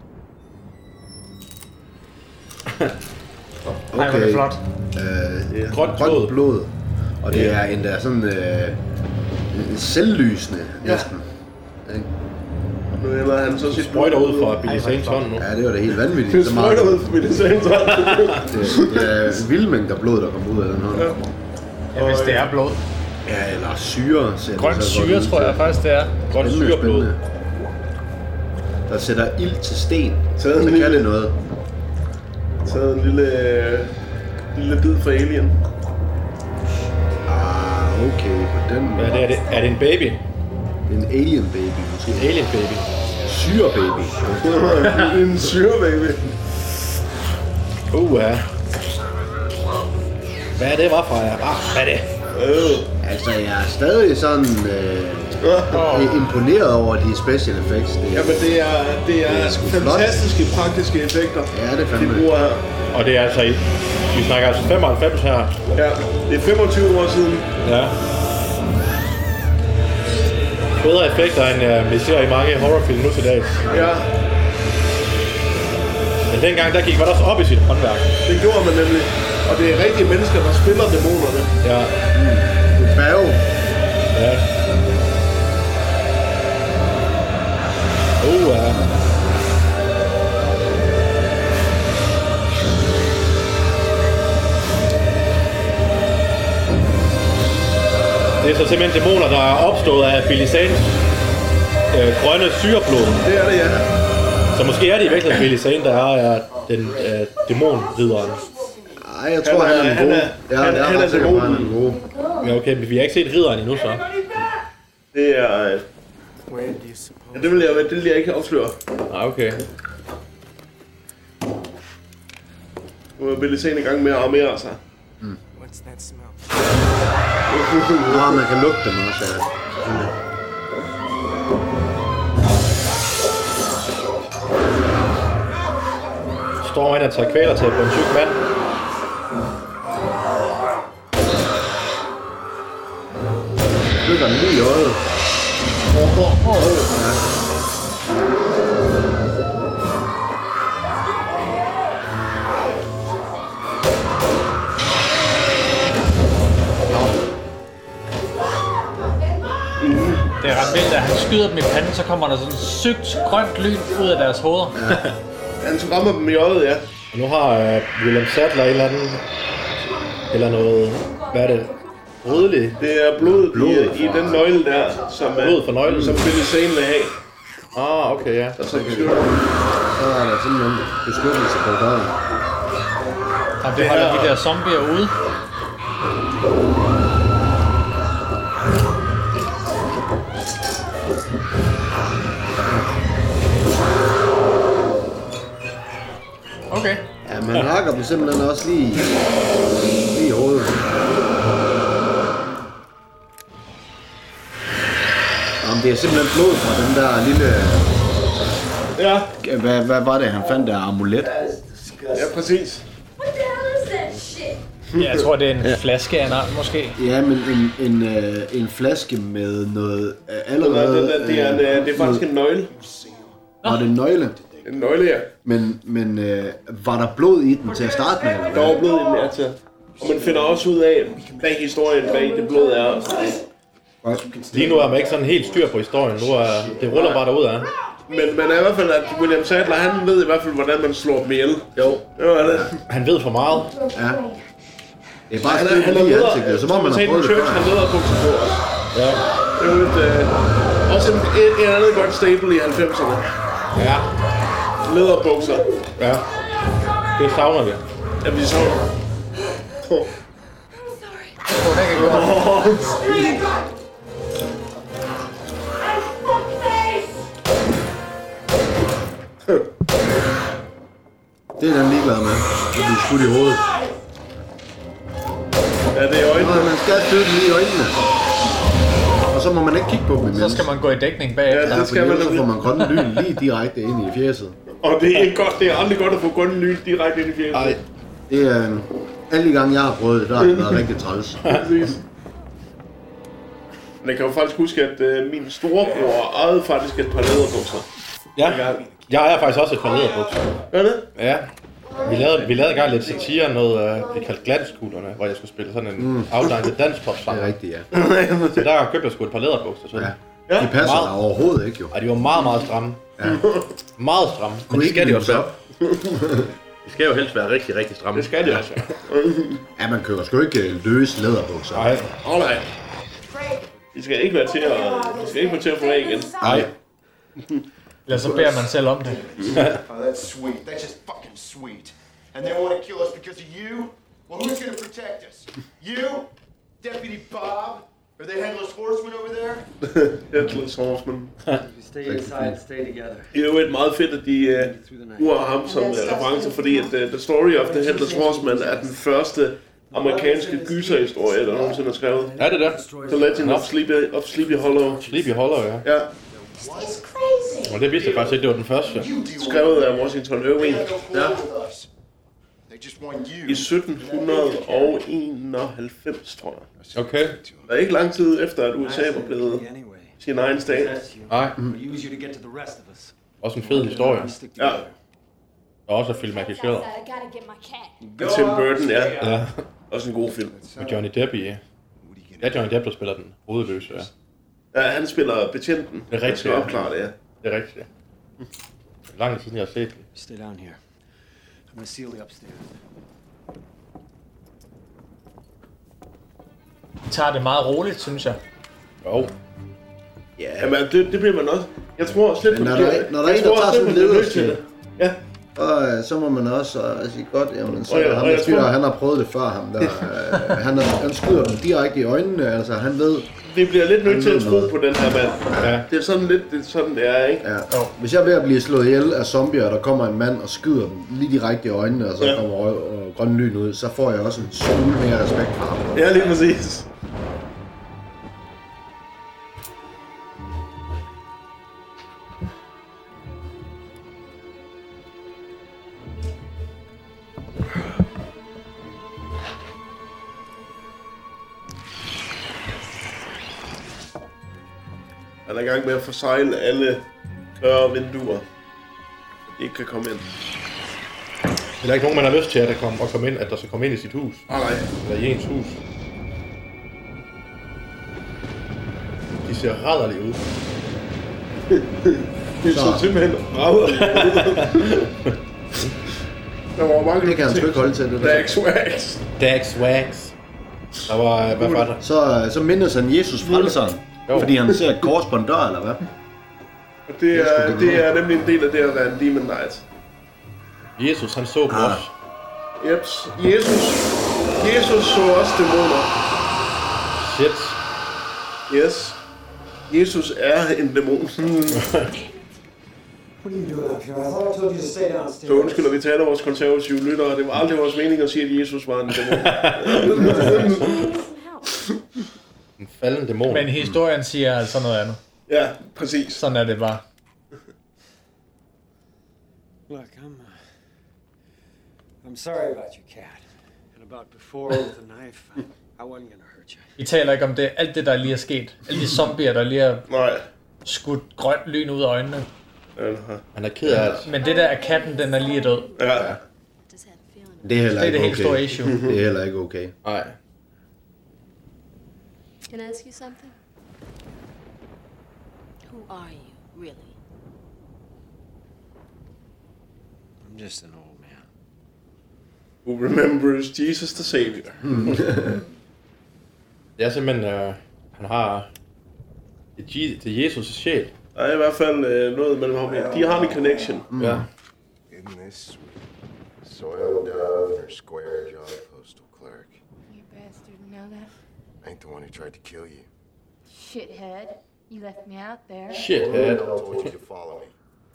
Okay. Det er flot. Grønt blod. Og det er endda sådan selvlysende næsten. Nu hælder han så sit sprøjter ud fra Billy Zanes hånd nu. Ja, det var da helt vanvittigt. Det sprøjter ud fra Billy Zanes hånd. Det er vilde mængder blod, der kommer ud af den hånd. Ja, hvis det er blod. Ja, eller syre. Grøn syre, tror jeg faktisk, det er. Grøn syreblod. Der sætter ild til sten. Så kan det noget. Taget en lille bid fra Alien. Okay, på den måde. Hvad er det? Er det en baby? En alien baby, måske. En alien baby. Syre baby. En syre baby. Ja. Hvad er det, hvorfor jeg? Hvad er det? Altså, jeg er stadig sådan imponeret over de special effects. Jamen, det er fantastiske praktiske effekter. Ja, det er fandme. De bruger her. Og det er altså vi snakker altså 95 her. Ja, det er 25 år siden. Ja. Bedre effekter, end vi ser i mange horrorfilm nu til dags. Ja. Men dengang, der gik man også op i sit håndværk. Det gjorde man nemlig. Og det er rigtige mennesker, der spiller dæmonerne. Ja. Dværge. Ja. Ja. Det er så simpelthen dæmoner, der er opstået af Billy Zanes grønne syreblod. Det er det, ja. Så måske er det i virkeligheden Billy Zane, der er den dæmonridderen. Nej, jeg tror, han er den gode. Han er dæmonen. Ja, okay, men vi har ikke set ridderen endnu, så. Det er... Ja, det vil jeg ikke afsløre. Ah, okay. Nu er Billy Zane i gang med at armere sig. What's that smell? Nå, man kan lugte dem også, ja. Står han og tager kvæler til på en tyk mand. Lykker den lige i øjet. Det er ret vildt, at han skyder dem i panden, så kommer der sådan sygt grønt lyn ud af deres hoveder. Ja. Han rammer dem i øjet, ja. Og nu har William Sadler eller noget, hvad er det? Rødlig. Det er blodet i den nøgle der, som blod for nøglen, som Billy Zane vil have. Ah, okay, ja. Og så beskytter den. Så er der sådan en beskyttelse på døren. Og det holder de der zombier ude. Okay. Ja, man hakker dem simpelthen også lige i hovedet. Jamen, det er simpelthen blod fra den der lille... Ja. Hvad var det, han fandt der amulet? Ja, præcis. Ja, jeg tror, det er en flaske af en art, måske. Ja, men en flaske med noget allerede... Det er faktisk en nøgle. Var det en nøgle? En nøgle, ja. Men var der blod i den til at starte med? Der var blod i den, ja, til. Og man finder også ud af, hvad historien bag det blod er. Lige nu er man ikke sådan helt styr på historien. Nu er det ruller bare derud af. Men er i hvert fald, at William Sadler, han ved i hvert fald, hvordan man slår dem ihjel. Jo. Det var det. Han ved for meget. Ja. Det er bare stødt lige i ansigtet, så må man have prøvet det før. Han leder bukser på os. Ja. Det er jo også et andet godt staple i 90'erne. Ja. Lederbukser. Ja. Det savner vi. Ja, vi savner. Det er den ligeglad med, at blive skudt i hovedet. Ja, det er øjnene. Man skal støtte lige i øjnene. Og så må man ikke kigge på dem imens. Så skal man gå i dækning bagefter. Ja, det skal man. Så får man grønne lyn lige direkte ind i fjeset. Og det er ikke godt. Det er aldrig godt at få grønne lyn direkte ind i fjeset. Nej. Det er alle de gange, jeg har prøvet det, der har det været rigtig træls. Præcis. Men jeg kan jo faktisk huske, at min storebror ejede faktisk et par læderbukser. Ja, jeg er faktisk også et par læderbukser. Gør det? Ja. Vi lavede engang lidt satire, noget vi kaldte glanskuglerne, hvor jeg skulle spille sådan en afdanket danspop-sang. Det er rigtigt, ja. Så der købte jeg sgu et par læderbukser. Sådan. Ja. De passer der overhovedet ikke, jo. Ja, de var meget, meget stramme. Ja. Meget stramme. Men det skal de også være. De skal jo helst være rigtig, rigtig stramme. Det skal de også. Ja, man køber sgu ikke løse læderbukser. Nej. Nej. De skal ikke være til at få af igen. Nej. Eller så beder man selv om det. Oh, that's sweet. That's just fucking sweet. And they want to kill us because of you? Well, who's going to protect us? You? Deputy Bob? Or the Headless Horseman over there? Headless Horseman. Stay inside, stay together. Det er jo et meget fedt, at de bruger ham som reference, fordi at The Story of the Headless Horseman er den første amerikanske gyserhistorie, der nogensinde er skrevet. Er det der? The Legend of Sleepy Hollow. Sleepy Hollow, ja. Ja. Og det vidste jeg faktisk ikke, det var den første. Skrevet af Washington Irving. Ja. I 1791, tror jeg. Okay. Det er ikke lang tid efter, at USA var blevet sin egen stat. Nej. Også en fed historie. Ja. Der er også filmatiseret. I gotta get my cat. Og Tim Burton, ja. Også en god film. Med Johnny Depp i. Ja, Johnny Depp, der spiller den hovedløse, ja. Ja, han spiller betjenten. Det er rigtigt, skal opklare det, ja. Det er rigtigt, ja. Langt siden jeg har set det. Stay down here. I'm gonna seal the upstairs. Tager det meget roligt, synes jeg. Jo. Ja, men det bliver man også. Jeg tror slet Men når der er en, der tager sådan en lederstil, ja. Og så må man også sige godt, jamen, så ham der fyr, han har prøvet det før ham der. Han skyder dem direkte i øjnene, altså han ved... Vi bliver lidt nødt til at tro på den her mand. Ja. Det er sådan lidt, sådan det er, ikke? Ja. Hvis jeg er ved at blive slået ihjel af zombier, og der kommer en mand og skyder dem lige direkte i øjnene, og så kommer grøn lyn ud, så får jeg også en smule mere respekt for ham. Ja, lige præcis. Han er i gang med at forsegle alle døre vinduer, så de ikke kan komme ind. Det er ikke nogen, man har lyst til, at der komme ind, at der skal komme ind i sit hus. Nej. Eller i ens hus. De ser rædderlige ud. Det så simpelthen rædderlige ud. Der var mange det kan han sgu ikke holde til det. Dax Wax. Der var, hvad var der? Så mindes han Jesus frelseren. Fordi han ser et kors på en dør, eller hvad? Det er nemlig en del af det at være en Demon Knight. Jesus, han så på os. Jeps. Jesus så også dæmoner. Shit. Yes. Jesus er en dæmon. What are you doing up here? I thought I told you to stay downstairs. Så undskylder vi til alle vores konservative lyttere. Det var aldrig vores mening at sige, at Jesus var en dæmon. En falden dæmon. Men historien siger altså noget andet. Ja, præcis. Sådan er det bare. Look, I'm sorry about your cat. And about before with the knife. I wasn't gonna hurt you. Vi taler ikke om det. Alt det, der lige er sket. Alle de zombier, der lige har skudt grønt lyn ud af øjnene. Han er ked af det. Men det der af katten, den er lige død. Ja. Det er heller ikke det okay. helt store issue. Det er heller ikke okay. Nej. Can I ask you something? Who are you, really? I'm just an old man. Who remembers Jesus the Savior. Det er simpelthen, han har det er Jesus' sjæl. Der er i hvert fald noget mellem ham. De har en connection. Ja. Isn't this sweet? Soiled dove or square-jawed postal clerk? You bastard know that? I ain't the one who tried to kill you. Shithead. You left me out there. Shithead. I told you to follow me.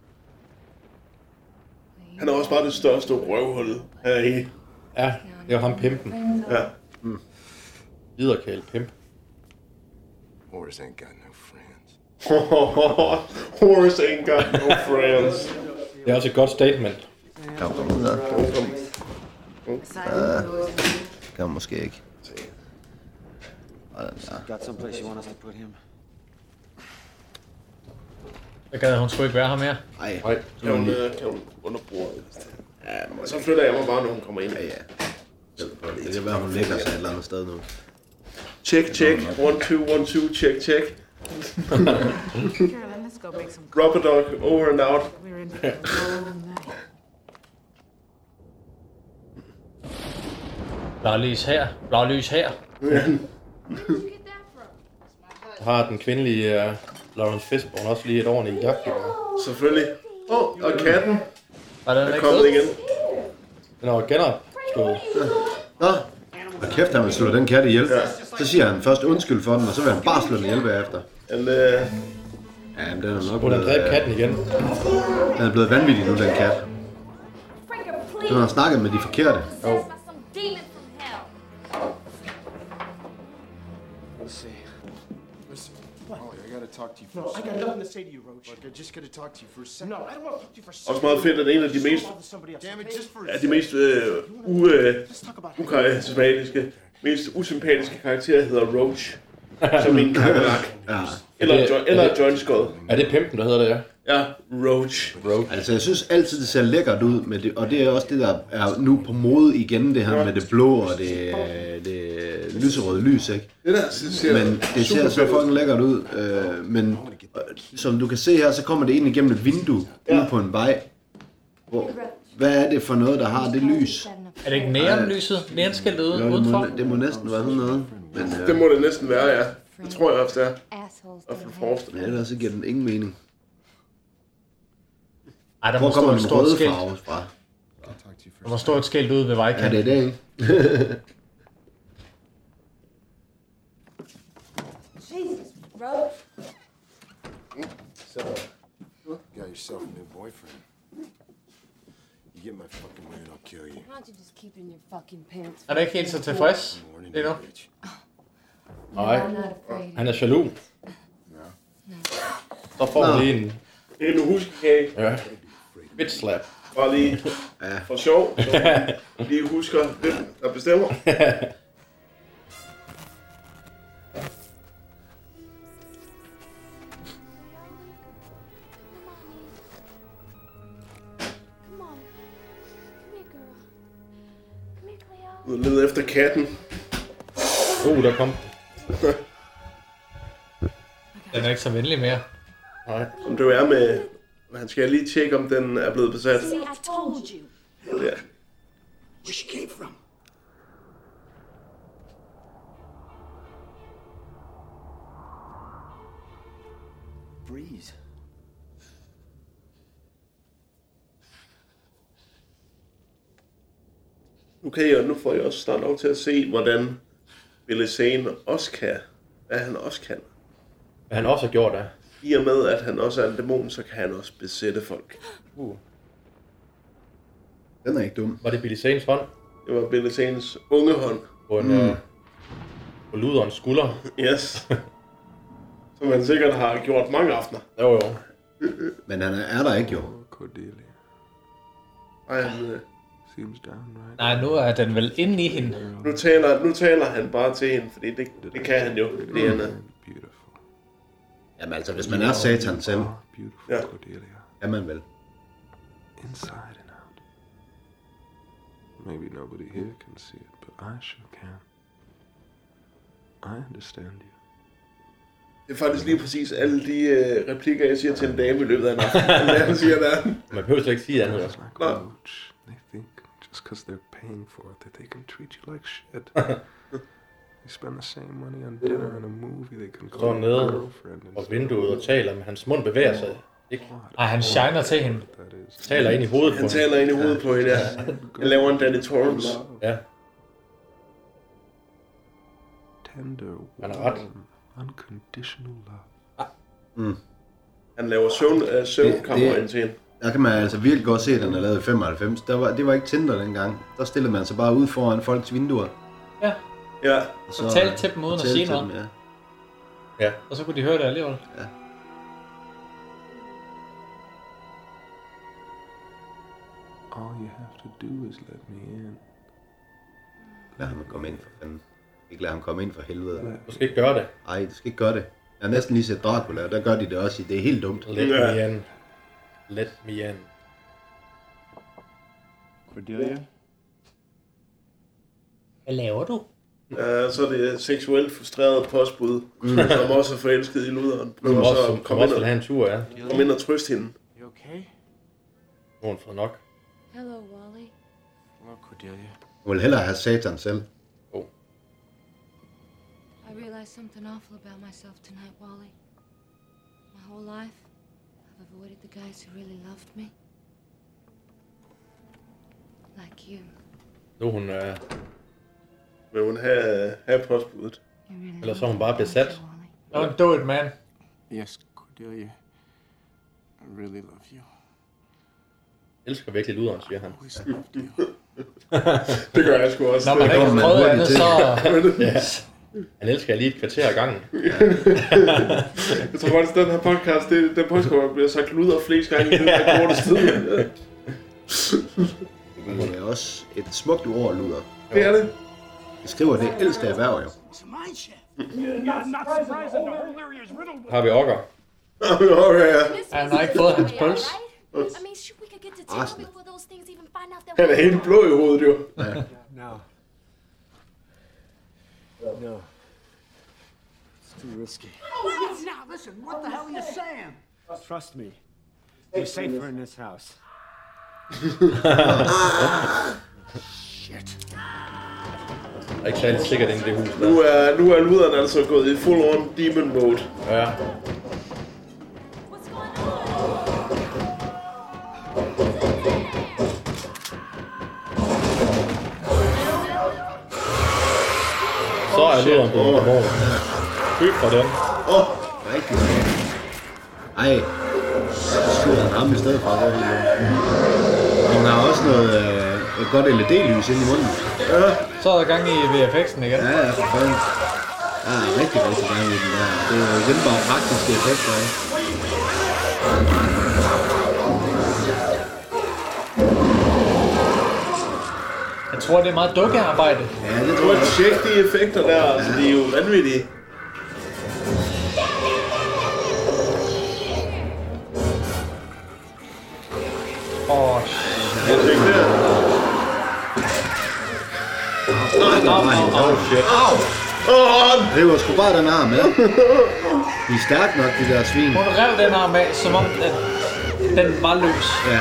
Han er også bare det største røvhul her i. Ja, det er ham pimpen. Ja. Liderkæl pimp. Whores ain't got no friends. Whores ain't got no friends. Det er også et godt statement. Kom ud der. Kan måske ikke. Got someplace you want us to put him? Jeg gad, hun skulle ikke være her mere. Nej. Kan hun under bordet? Ja, så flytter jeg mig bare, når hun kommer ind. Ja. Det kan være, hun ligger sig et eller andet sted nu. Check. 1, 2, 1, 2, check. Rubber dog, over and out. Blålys her. Har den kvindelige Lawrence Fishburne også lige et ordentligt jagt. Selvfølgelig. Og katten er kommet igen. Den er genopstået. Nå, og kæft, han vil slå den kat ihjel. Så siger han først undskyld for den, og så vil han bare slå den ihjel bagefter. Ja, men den er nok blevet... Den dræb katten igen. Den er blevet vanvittig nu, den kat. Så han har snakket med de forkerte. Jo. Talk to you No, I got nothing to say to you, Roach. Look, I just gotta talk to you for a second. No, I don't want to talk to you for a second. Også meget fedt, at en af de mest... Damn it, just for a ukarismatiske, mest usympatiske karakterer hedder Roach. Som en kakerak. Ja. Eller John Skull. Er det pimpen, der hedder det, ja? Ja, Roach. Altså, jeg synes altid, det ser lækkert ud, med det, og det er også det, der er nu på mode igen, det her med det blå og det lyserøde lys, ikke? Det der ser men det ser så fucking lækkert ud, men som du kan se her, så kommer det ind igennem et vindue ude på en vej. Hvad er det for noget, der har det lys? Er det ikke neonlyset? Neonskiltet udenfor? Det må næsten være sådan noget. Men, det må det næsten være, ja. Det tror jeg også, det er. Ja, ellers giver den ingen mening. Ej, der hvor må kommer stå et den stort røde skilt. farve fra? Der må stå et skilt ude ved vejkanten. Ja, det er det, ikke? Jesus, Roach. So, got yourself a new boyfriend. You get my fucking way and I'll kill you. Why don't you just keep it in your fucking pants? Er der ikke helt så tilfreds? Det er nu. Nej, I'm not afraid. han er jaloux. Så får han lige en huskekage. Ja. Bitch slap. Bare lige for sjov, så lige husker, hvem der bestemmer. Ud og lede efter katten. Der kom. Den er ikke så venlig mere. Nej. Som du er med... Han skal lige tjekke, om den er blevet besat. See, I told you. Ja. Where she came from. Breeze. Okay, og nu får jeg også snart lov til at se, hvordan Billy Zane også kan. Hvad han også kan. Hvad han også har gjort, ja. I og med, at han også er en dæmon, så kan han også besætte folk. Den er ikke dum. Var det Billy Zanes hånd? Det var Billy Zanes unge hånd. På en på luderens skulder. Yes. Som han sikkert har gjort mange aftener. Jo. Men han er der ikke, jo. Ej, han... Nej, nu er den vel inde i hende. Nu taler han bare til hende, fordi det kan han jo. Det han er. Jamen altså, hvis man er satan selv, ja. er man vel. Inside and out. Maybe nobody here can see it, but I sure can. I understand you. Det er faktisk lige præcis alle de replikker, jeg siger til en dame i løbet af en aften. Han siger der. Man behøver slet ikke sige andet. Like Roach, they think just because they're paying for it that they can treat you like shit. They spend the same money on dinner and a movie. They can står nede og vinduet og taler, men hans mund bevæger sig ikke. Ej, han shiner til hende. Taler ind i hovedet på hende. Han taler ind i hovedet på hende, ja. Han laver en Danny Torrance. Ja. Tender, han er ret. Unconditional love. Han laver søvnkammer ind til hende. Der kan man altså virkelig godt se, at den er lavet i 95. Det var ikke Tinder dengang. Der stillede man sig bare ud foran folks vinduer. Ja. Ja. Og talte til dem uden at sige noget. Ja. Og så kunne de høre det alligevel. Ja. All you have to do is let me in. Lad ham komme ind for fanden. Ikke lad ham komme ind for helvede. Du skal ikke gøre det. Nej, du skal ikke gøre det. Jeg har næsten lige set Dracula, der gør de det også. Det er helt dumt. Let me in. Let me in. Cordelia? Hvad laver du? Så er det seksuelt frustreret postbud, som også er forelsket i luderen. Prøver så at komme ind og have en tur, ja. Kom ind og trøste hende. You okay? Nu har hun fået nok. Hello, Wally. Hello, Cordelia. Hun vil hellere have satan selv. I realized something awful about myself tonight, Wally. My whole life, I've avoided the guys who really loved me. Like you. Nu hun vil hun have postbuddet. Eller så er hun bare besat. Don't do it, man. Yes, Cordelia. I really love you. Jeg elsker virkelig luderen, siger han. Det gør jeg sgu også. Når man ikke prøvet andet, så... Ja. Han elsker lige et kvarter ad gangen. Jeg tror faktisk, den her podcast, den podcast bliver sagt luder flest gange i den her korte tid. Det er også et smukt ord, luder. Det er det. Det skriver det ældste erhverv, jo. Har vi Ogger. Han har ikke fået hans pøls. Han er helt blå i hovedet, jo. No. It's too risky. Now, listen, what the hell are you saying? Trust me. You're safer in this house. Shit. Det er ikke særlig sikkert inde i det hus. Nu er luderen altså gået i full-on demon mode. Ja. Så er luderen på dæmon. Fy for den. Rigtig. Ej. Skyder han ham i stedet for. Han har også noget et godt LED-lys inde i munden. Ja. Så er der gang i VFX'en igen. Ja, for fanden. Ja, rigtig gang i den der. Det er jo igen bare praktiske effekter, ikke? Jeg tror, det er meget dukkearbejde. Ja, det tror jeg. Tjek de effekter der, altså de er jo vanvittige. Shit. Det var sgu bare den arm, ja. De er stærke nok, de der svin. Hun rev den arm af, som om at den var løs. Ja.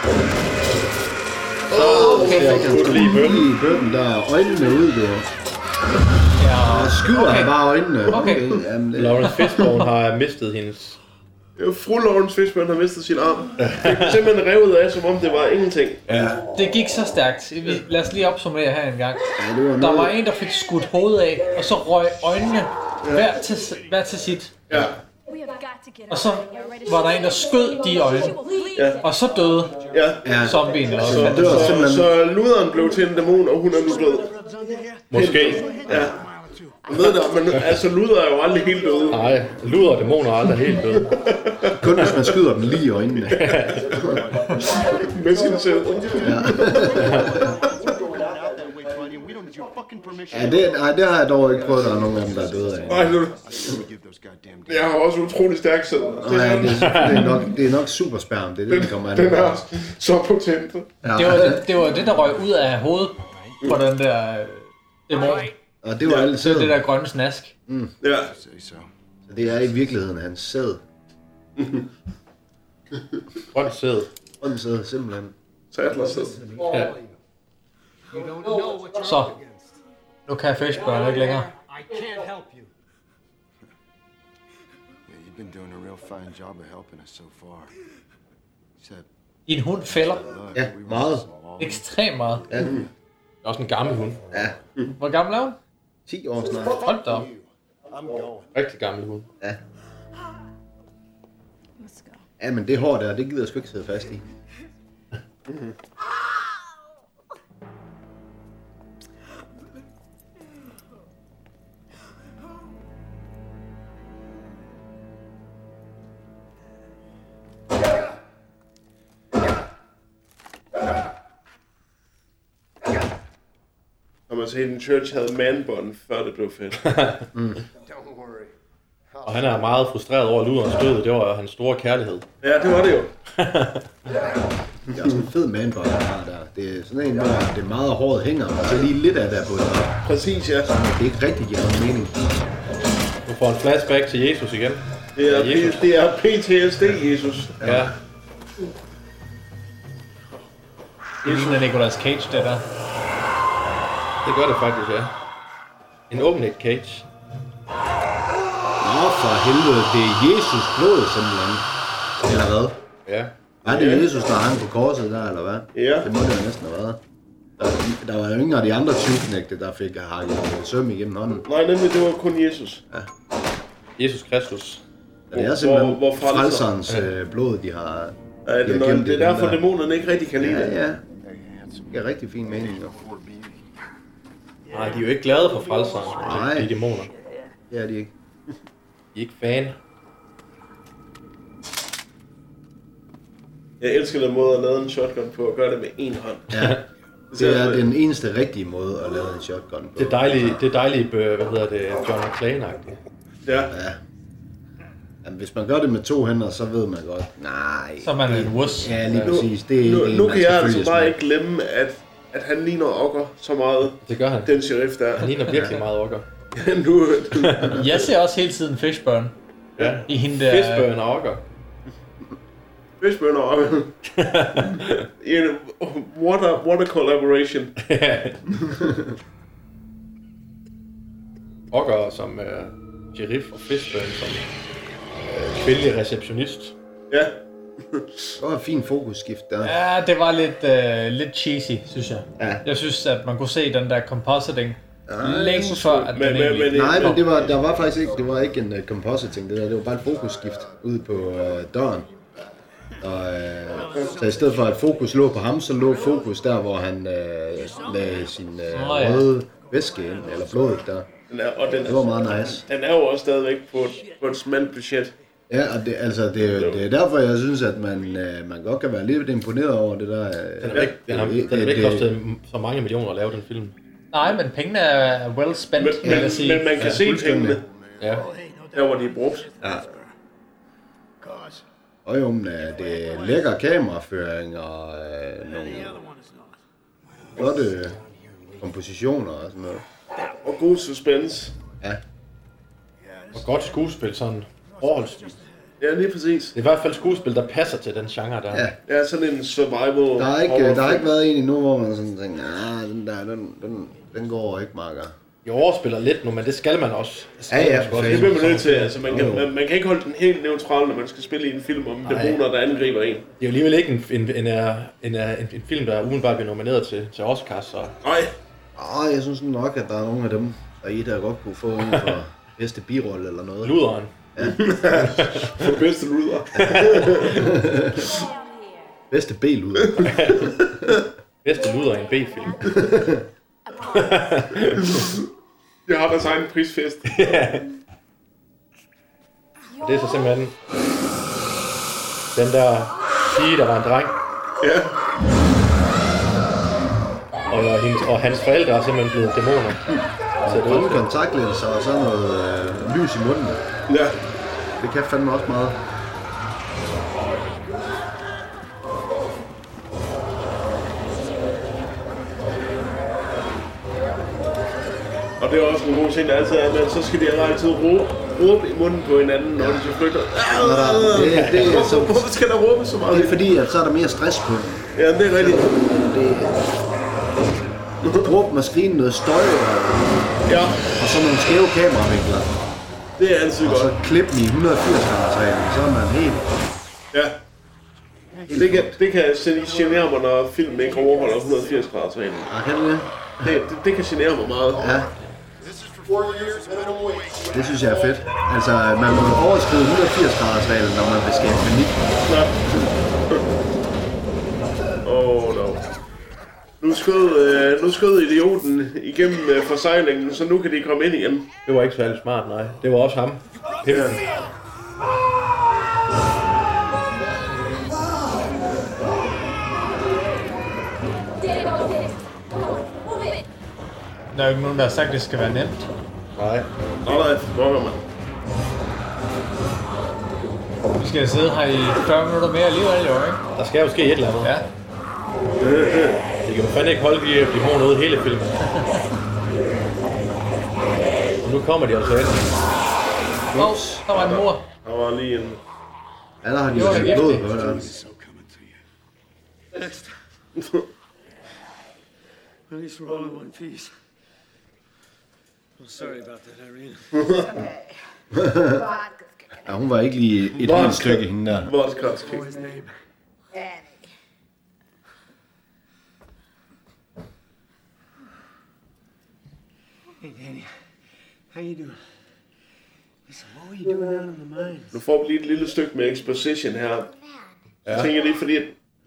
Okay, han skulle lige i bøtten, der er øjnene ude, du. Ja, og skyder han bare øjnene. Okay. Lawrence Fishburne har mistet hendes... Fru Lawrence Fishburne har mistet sin arm. Det er simpelthen revet af, som om det var ingenting. Ja. Det gik så stærkt. Lad os lige opsummere her en gang. Ja, der var en, der fik skudt hovedet af, og så røg øjnene hver til sit. Ja. Og så var der en, der skød de øjne. Ja. Og så døde zombien. Så luderen blev til en dæmon, og hun er nu død. Måske. Ja. Jeg ved det, men altså luder er jo aldrig helt døde. Nej, luder og dæmoner er aldrig helt døde. Kun hvis man skyder dem lige i øjnene. Med sin selv. Ja, det har jeg dog ikke prøvet, at der er nogen af dem, der er døde af. Nej, jeg har også utrolig stærk selv. Det er nok supersperm, det er det, der kommer an. Den er så potent. Ja. Det var det, der røg ud af hovedet på den der dæmon. Og det var alt sæd. Det der grønne snask. Mm. Ja. Så det er i virkeligheden hans sæd. Grøn sæd. Grøn sæd, simpelthen. Sadlersæd. Ja. Så. Nu kan Fishburne ikke længere. I can't help you. Yeah, you've been doing a real fine job of helping us so far. Din hund fælder. Ja, meget. Ekstremt meget. Ja. Også en gammel hund. Ja. Hvor gammel er hun? 10 år snart. Hold da op. Rigtig gammel hund. Ja. Ja, men det hår der, det gider jeg sgu ikke sidde fast i. Når man siger, at Church havde man-bun, før det blev fedt. Og han er meget frustreret over luderens død. Det var hans store kærlighed. Ja, det var det jo. Det er også en fed man-bun, han har der. Det er sådan en, hvor det meget håret hænger, og så lige lidt af der på det. Præcis, ja. Det er ikke rigtig giver nogen mening. Du får en flashback til Jesus igen. Det er PTSD, Jesus. Ja. Det ligner Nicolas Cage, det der. Det gør det faktisk, ja. En åben Nick Cage. Nå for helvede, det er Jesus blod simpelthen. Eller hvad? Ja. Var det Jesus, der hang på korset der, eller hvad? Ja. Det må det jo næsten have været. Der var jo ingen af de andre tyvknægte, der fik hakket søm igennem hånden. Nej, nemlig det var kun Jesus. Ja. Jesus Kristus. Ja, det er simpelthen frelserens blod, de har... Ja, det er derfor, dæmonerne ikke rigtig kan lide det. Ja. Det er rigtig fin mening, jo. Nej, de er jo ikke glade for frelseren. De dæmoner. Det er de ikke. De er ikke fan. Jeg elsker den måde at lade en shotgun på, og gøre det med en hånd. Ja. Det er den eneste rigtige måde at lave en shotgun på. Det er dejlige, hvad hedder det, John McClane-agtigt. Ja. Jamen, hvis man gør det med 2 hænder, så ved man godt, nej. Så er man en wuss. Ja, lige præcis. Det er nu kan jeg altså bare ikke glemme, at han ligner Ogger så meget. Det gør han. Den sheriff der. Han ligner virkelig meget Ogger. Jeg ser også hele tiden Fishburne. Ja. I hende der... Fishburne og Ogger. Fishburne og Ogger. What a collaboration. Ogger som sheriff og Fishburne som kvindelig receptionist. Ja. Det var et fint fokusskift der. Ja, det var lidt cheesy, synes jeg. Ja. Jeg synes, at man kunne se den der compositing længe før, at den egentlig... Nej, men der var faktisk ikke, det var ikke en compositing, det var bare et fokusskift ude på døren. Og, så i stedet for at fokus lå på ham, så lå fokus der, hvor han lagde sin røde væske ind, eller blodet der. Det var meget nice. Den er jo også stadigvæk på et smalt budget. Ja, og det er derfor, jeg synes, at man godt kan være lidt imponeret over det der. Den har ikke kostet så mange millioner at lave den film. Nej, men pengene er well spent, vil jeg sige. Men man kan se pengene. Ja. Der hvor de er brugt. Ja. Og jo, men det er lækker kameraføring og nogle flotte kompositioner og sådan noget. Og god suspense. Ja. Og godt skuespil, sådan forholdsvis. Ja, lige præcis. Det er i hvert fald skuespil, der passer til den genre der. Ja, sådan en survival. Der har ikke været en endnu, hvor man sådan tænker, den går ikke, marker. Jeg overspiller lidt nu, men det skal man også. Ja. Det bliver man nødt til. Altså, man kan ikke holde den helt neutral, når man skal spille i en film om dæmoner, der angriber en. Det er jo alligevel ikke en film, der umiddelbart bliver nomineret til Oscars. Så. Nej. Jeg synes nok, at der er nogle af dem, der godt kunne få en for bedste birolle eller noget. Luderen. Ja. For bedste luder. Bedste B-luder. Bedste luder i en B-film. Jeg har deres egen prisfest. Det er så simpelthen den der pige, der var en dreng. Ja. Og hans forældre er simpelthen blevet dæmoner. Så det er kontaktlinser og sådan noget lys i munden. Ja. Det kan fandme også meget. Og det er også en god ting, der altid er, men så skal de altid råbe i munden på hinanden, når de så flygter. Hvorfor skal der råbe så meget? Det er fordi, at så er der mere stress på. Ja, det er rigtigt. Det råbe med skrigen noget støj og så nogle skæve kameravinkler. Det er altid godt. Og så klip i 180-gradersreglen, så er man helt... Ja. Det kan genere mig, når filmen ikke overholder 180-gradersreglen. Ja, kan det? Det kan genere mig meget. Ja. Det synes jeg er fedt. Altså, man må overskride 180-gradersreglen, når man vil skabe panik. No. Nu skød idioten igennem forsejlingen, så nu kan de komme ind igen. Det var ikke særlig smart, nej. Det var også ham. Ja. Der er jo ikke nogen, der har sagt, at det skal være nemt. Nej. Hvor man? Vi skal sidde her i 40 minutter mere alligevel, jo, ikke? Der skal jo ske et eller andet. Ja. Det kan man fandme ikke holde de horn ude hele filmen. Og nu kommer de altså ind. Der var en mor. Der var lige en... Ja, der har de jo hældt blod på der. At least we're all in one piece. Well, sorry about that, Irene. Ja, hun var ikke lige et helt stykke hende der. Vodka-ski. Hey, Danny. How you doing? Listen, what were you doing down in the mines? Nu får vi lige et lille stykke med exposition her. Jeg tænker lige, fordi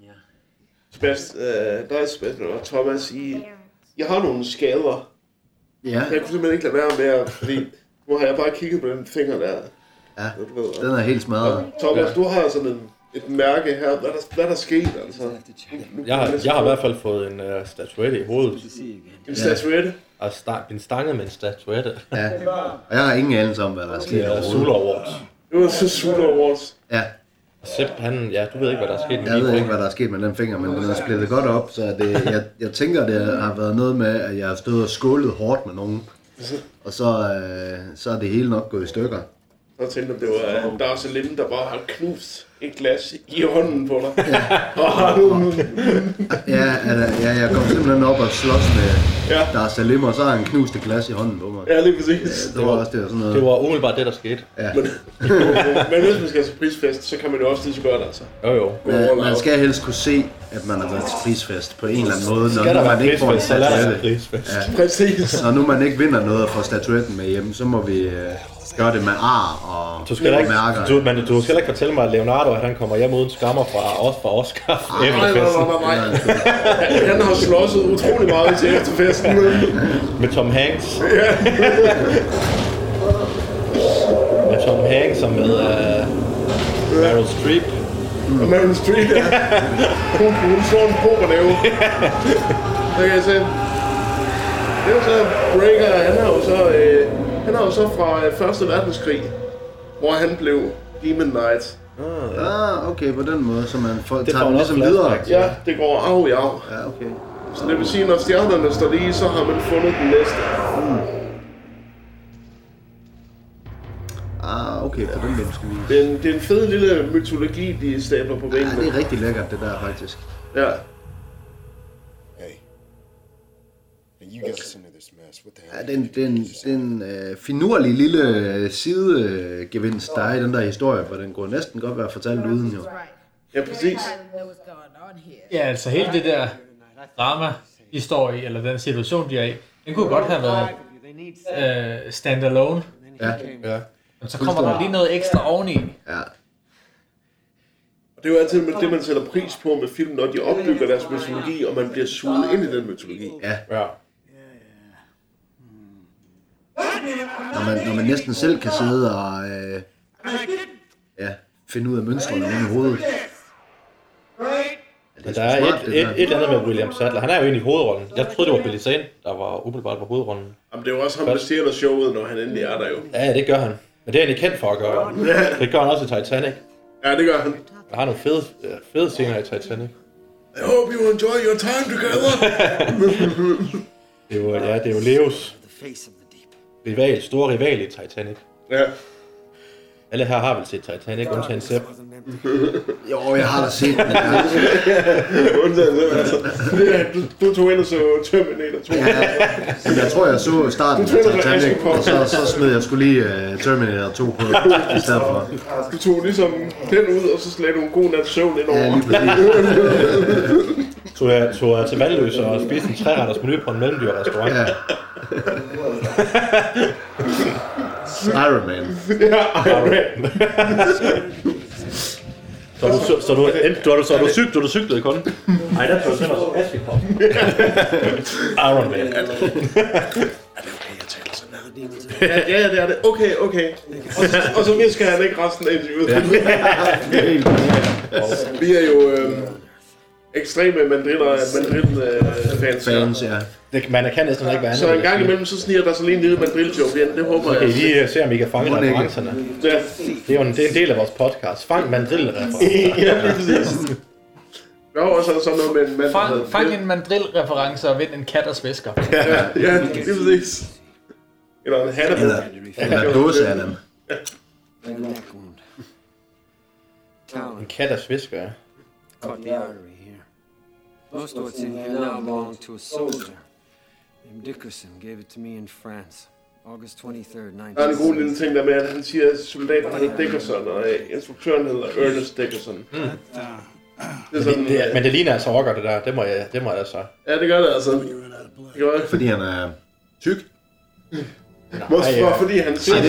Sebastian og Thomas, jeg har nogle skader. Ja. Jeg kunne simpelthen ikke lade være med, fordi nu har jeg bare kigget på den finger der. Ja, den er helt smadret. Thomas, du har sådan et mærke her. Hvad der sket, altså? Jeg har i hvert fald fået en statuette i hovedet. En statuette? En stange med en statuette. Ja, og jeg har ingen anelse om, hvad der er sket. Det er Sula Awards. Det var så Sula Awards. Ja. Sepp, du ved ikke, hvad der er sket med Jeg ved ikke, hvad der er sket med den finger, men den er splittet godt op, så jeg tænker, det har været noget med, at jeg har stået og skålet hårdt med nogen, og så er det hele nok gået i stykker. Så tænkte jeg, det var Dar Salim, der bare har knust et glas i hånden på dig. Jeg kom simpelthen op og slås med Dar Salim, og så har han knust et glas i hånden på mig. Ja, lige præcis. Det var også sådan noget. Det var umiddelbart det, der skete. Ja. Men hvis man skal til prisfest, så kan man jo også lige så godt, altså. Jo. Man skal helst kunne se, at man har været til prisfest på en eller anden måde, når man ikke får en statuette. Ja. Præcis. Når nu man ikke vinder noget og får statuetten med hjem, så må vi gøre det med ar og du skal mærker. Men du skal ikke fortælle mig, at Leonardo han kommer hjem uden skammer fra Oscar. Nej. Han har slåsset utrolig meget til efterfesten. Med Tom Hanks. Med Tom Hanks og med Meryl Streep. Og Meryl Streep, ja. Hun slår en pokernæve. Det kan jeg se. Det er jo så Breaker, han er jo så fra 1. verdenskrig, hvor han blev Demon Knight. Okay, på den måde, så man tager den ligesom videre. Ja, det går af i af. Ja, okay. Så det vil sige, når stjernerne står lige, så har man fundet den næste. Okay, på den måde skal vi... Det er en fed lille mytologi, de stabler på væggen. Ja, det er rigtig lækkert, det der faktisk. Ja. You get us into this mess. What the hell? Ja, det er en finurlig lille sidegevinst, der er i den der historie, for den kunne næsten godt være fortalt uden jo. Ja, præcis. Ja, altså hele det der drama-historie, eller den situation, de er i, den kunne godt have været standalone. Ja. Men så kommer der lige noget ekstra oveni. Ja. Og det er jo altid det, man sætter pris på med film, når de opbygger deres mytologi, og man bliver suget ind i den mytologi. Ja. Når man næsten selv kan sidde og finde ud af mønstrene i hovedet. Men der er et eller andet med William Sadler. Han er jo egentlig i hovedrollen. Jeg troede, det var Billy Zane, der var umiddelbart på hovedrollen. Jamen, det er jo også ham, der stjæler showet, når han endelig er der jo. Ja, det gør han. Men det er han kendt for at gøre. Det gør han også i Titanic. Ja, det gør han. Der har nogle fede scener i Titanic. I hope you enjoy your time together. Det er jo Leos store rival i Titanic. Ja. Alle her har vel set Titanic, undtagen Sepp. Jo, jeg har da set den. Undtagen Sepp, altså. Du tog ind og så Terminator 2. Ja, jeg tror, jeg så starten af Titanic, og så smed jeg skulle lige Terminator 2 på i stedet for. Du tog ligesom den ud, og så lagde du en god nat søvn ind over. Ja, lige præcis. Tog jeg til Vandløs og spiste en 3-retters menu på en mellemdyrrestaurant. Ja. Iron Man. Ja, Iron Man. Så du cyklede kun? Nej, der tog jeg selv også Askepop. Iron Man. Ja, det er det. Okay. Og så visker han ikke resten af interviewet. Vi er jo ekstreme mandrill-fans. Ja. Man kan næsten ikke være andet. Så en gang imellem, så sniger der så lige en lille mandrill-joke igen. Det håber jeg. Okay, lige se om I kan fange referencerne. Ja. Det er en del af vores podcast. Fang mandrill-referencer. Ja, lige præcis. Der var også sådan noget med en mand, Fang en mandrill-reference og vind en katters væsker. Ja, lige præcis. Eller en Hannibal. Eller en dåse af dem. En katters væsker, ja. Caught the artery here. Most of what's in here now belonged to a soldier named Dickerson. Gave it to me in France, August 23rd, 1960. Der er en god lille ting der med, at han siger, at soldaten hedder Dickerson, og instruktøren hedder Ernest Dickerson. Det er sådan, men det ligner altså rocker, det der. Det må jeg altså. Ja, det gør det altså. Det gør det. Fordi han er tyk. Måske bare fordi han siger...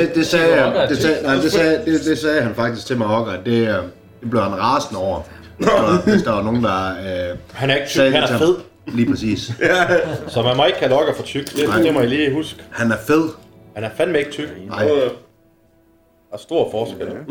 Det sagde han faktisk til mig, Hogger. Det blev han rasende over. Hvis der var nogen, der... Han er ikke tyk, han er fed. Lige præcis. Så man må ikke kalde Hogger for tyk. Det må I lige huske. Han er fed. Han er fandme ikke tyk. Nej. Der er stor forskel. Ja.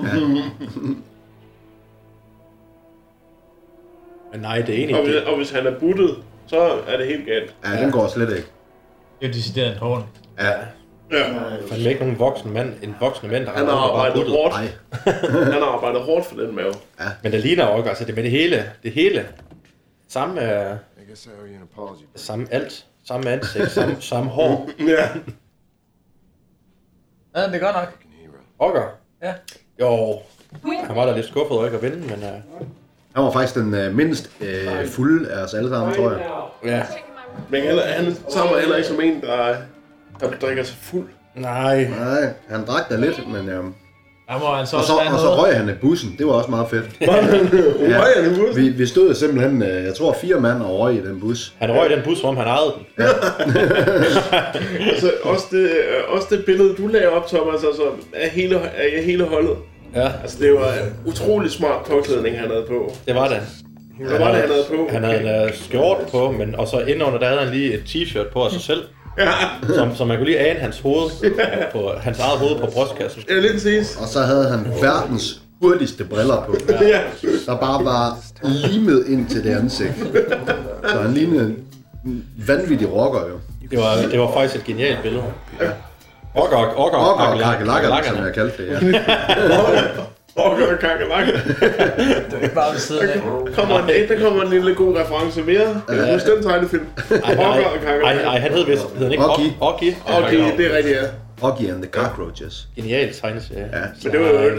Men nej, det er egentlig og hvis han er buttet, så er det helt galt. Ja, den går slet ikke. Det er decideret en hånd. Ja. Fandme ikke nogen voksen mand, der han har arbejdet hårdt. Han har arbejdet hårdt for den mave. Ja. Men det ligner også, altså det med det hele. Samme alt. Samme ansigt, samme hår. Ja. Ja, det er godt nok. Ogger? Ja. Jo, han var da lidt skuffet og ikke at vinde, men... Han var faktisk den mindst fulde af os alle sammen, tror jeg. Ja. Men han tager heller ikke som en, der drikker sig fuld. Nej, han drak da lidt, men... og så røg han i bussen. Det var også meget fedt. Røg han i bussen? Vi stod simpelthen, jeg tror 4 mand og røg i den bus. Han røg i den bus, som han ejede den. Ja. Altså, også det billede, du lagde op, Thomas, altså, af hele holdet. Ja. Altså, det var en utrolig smart påklædning, han havde på. Det var det. Hvad var det, han havde på? Han havde en skjort på, og så indenunder, der havde han lige et t-shirt på af sig selv. Ja. Så man kunne lige ane hans hoved, på hans eget hoved på brystkassen. Ja, lidt præcis. Og så havde han verdens hurtigste briller på. Ja. Der bare var limet ind til det ansigt. Så han lignede en vanvittig rocker jo. Det var faktisk et genialt billede. Ja. Ogger og kakelakker, som jeg kaldte det, ja. Ogger og kakelakker. Det er ikke bare ved siden af. Der kommer en lille god reference mere. Husk den tegnefilm. Ogger og kakelakker. Ej, han hed ikke Oggy. Oggy, det er rigtigt, ja. Oggy and the Cockroaches. Genial tegneserie. Ja. Men det var jo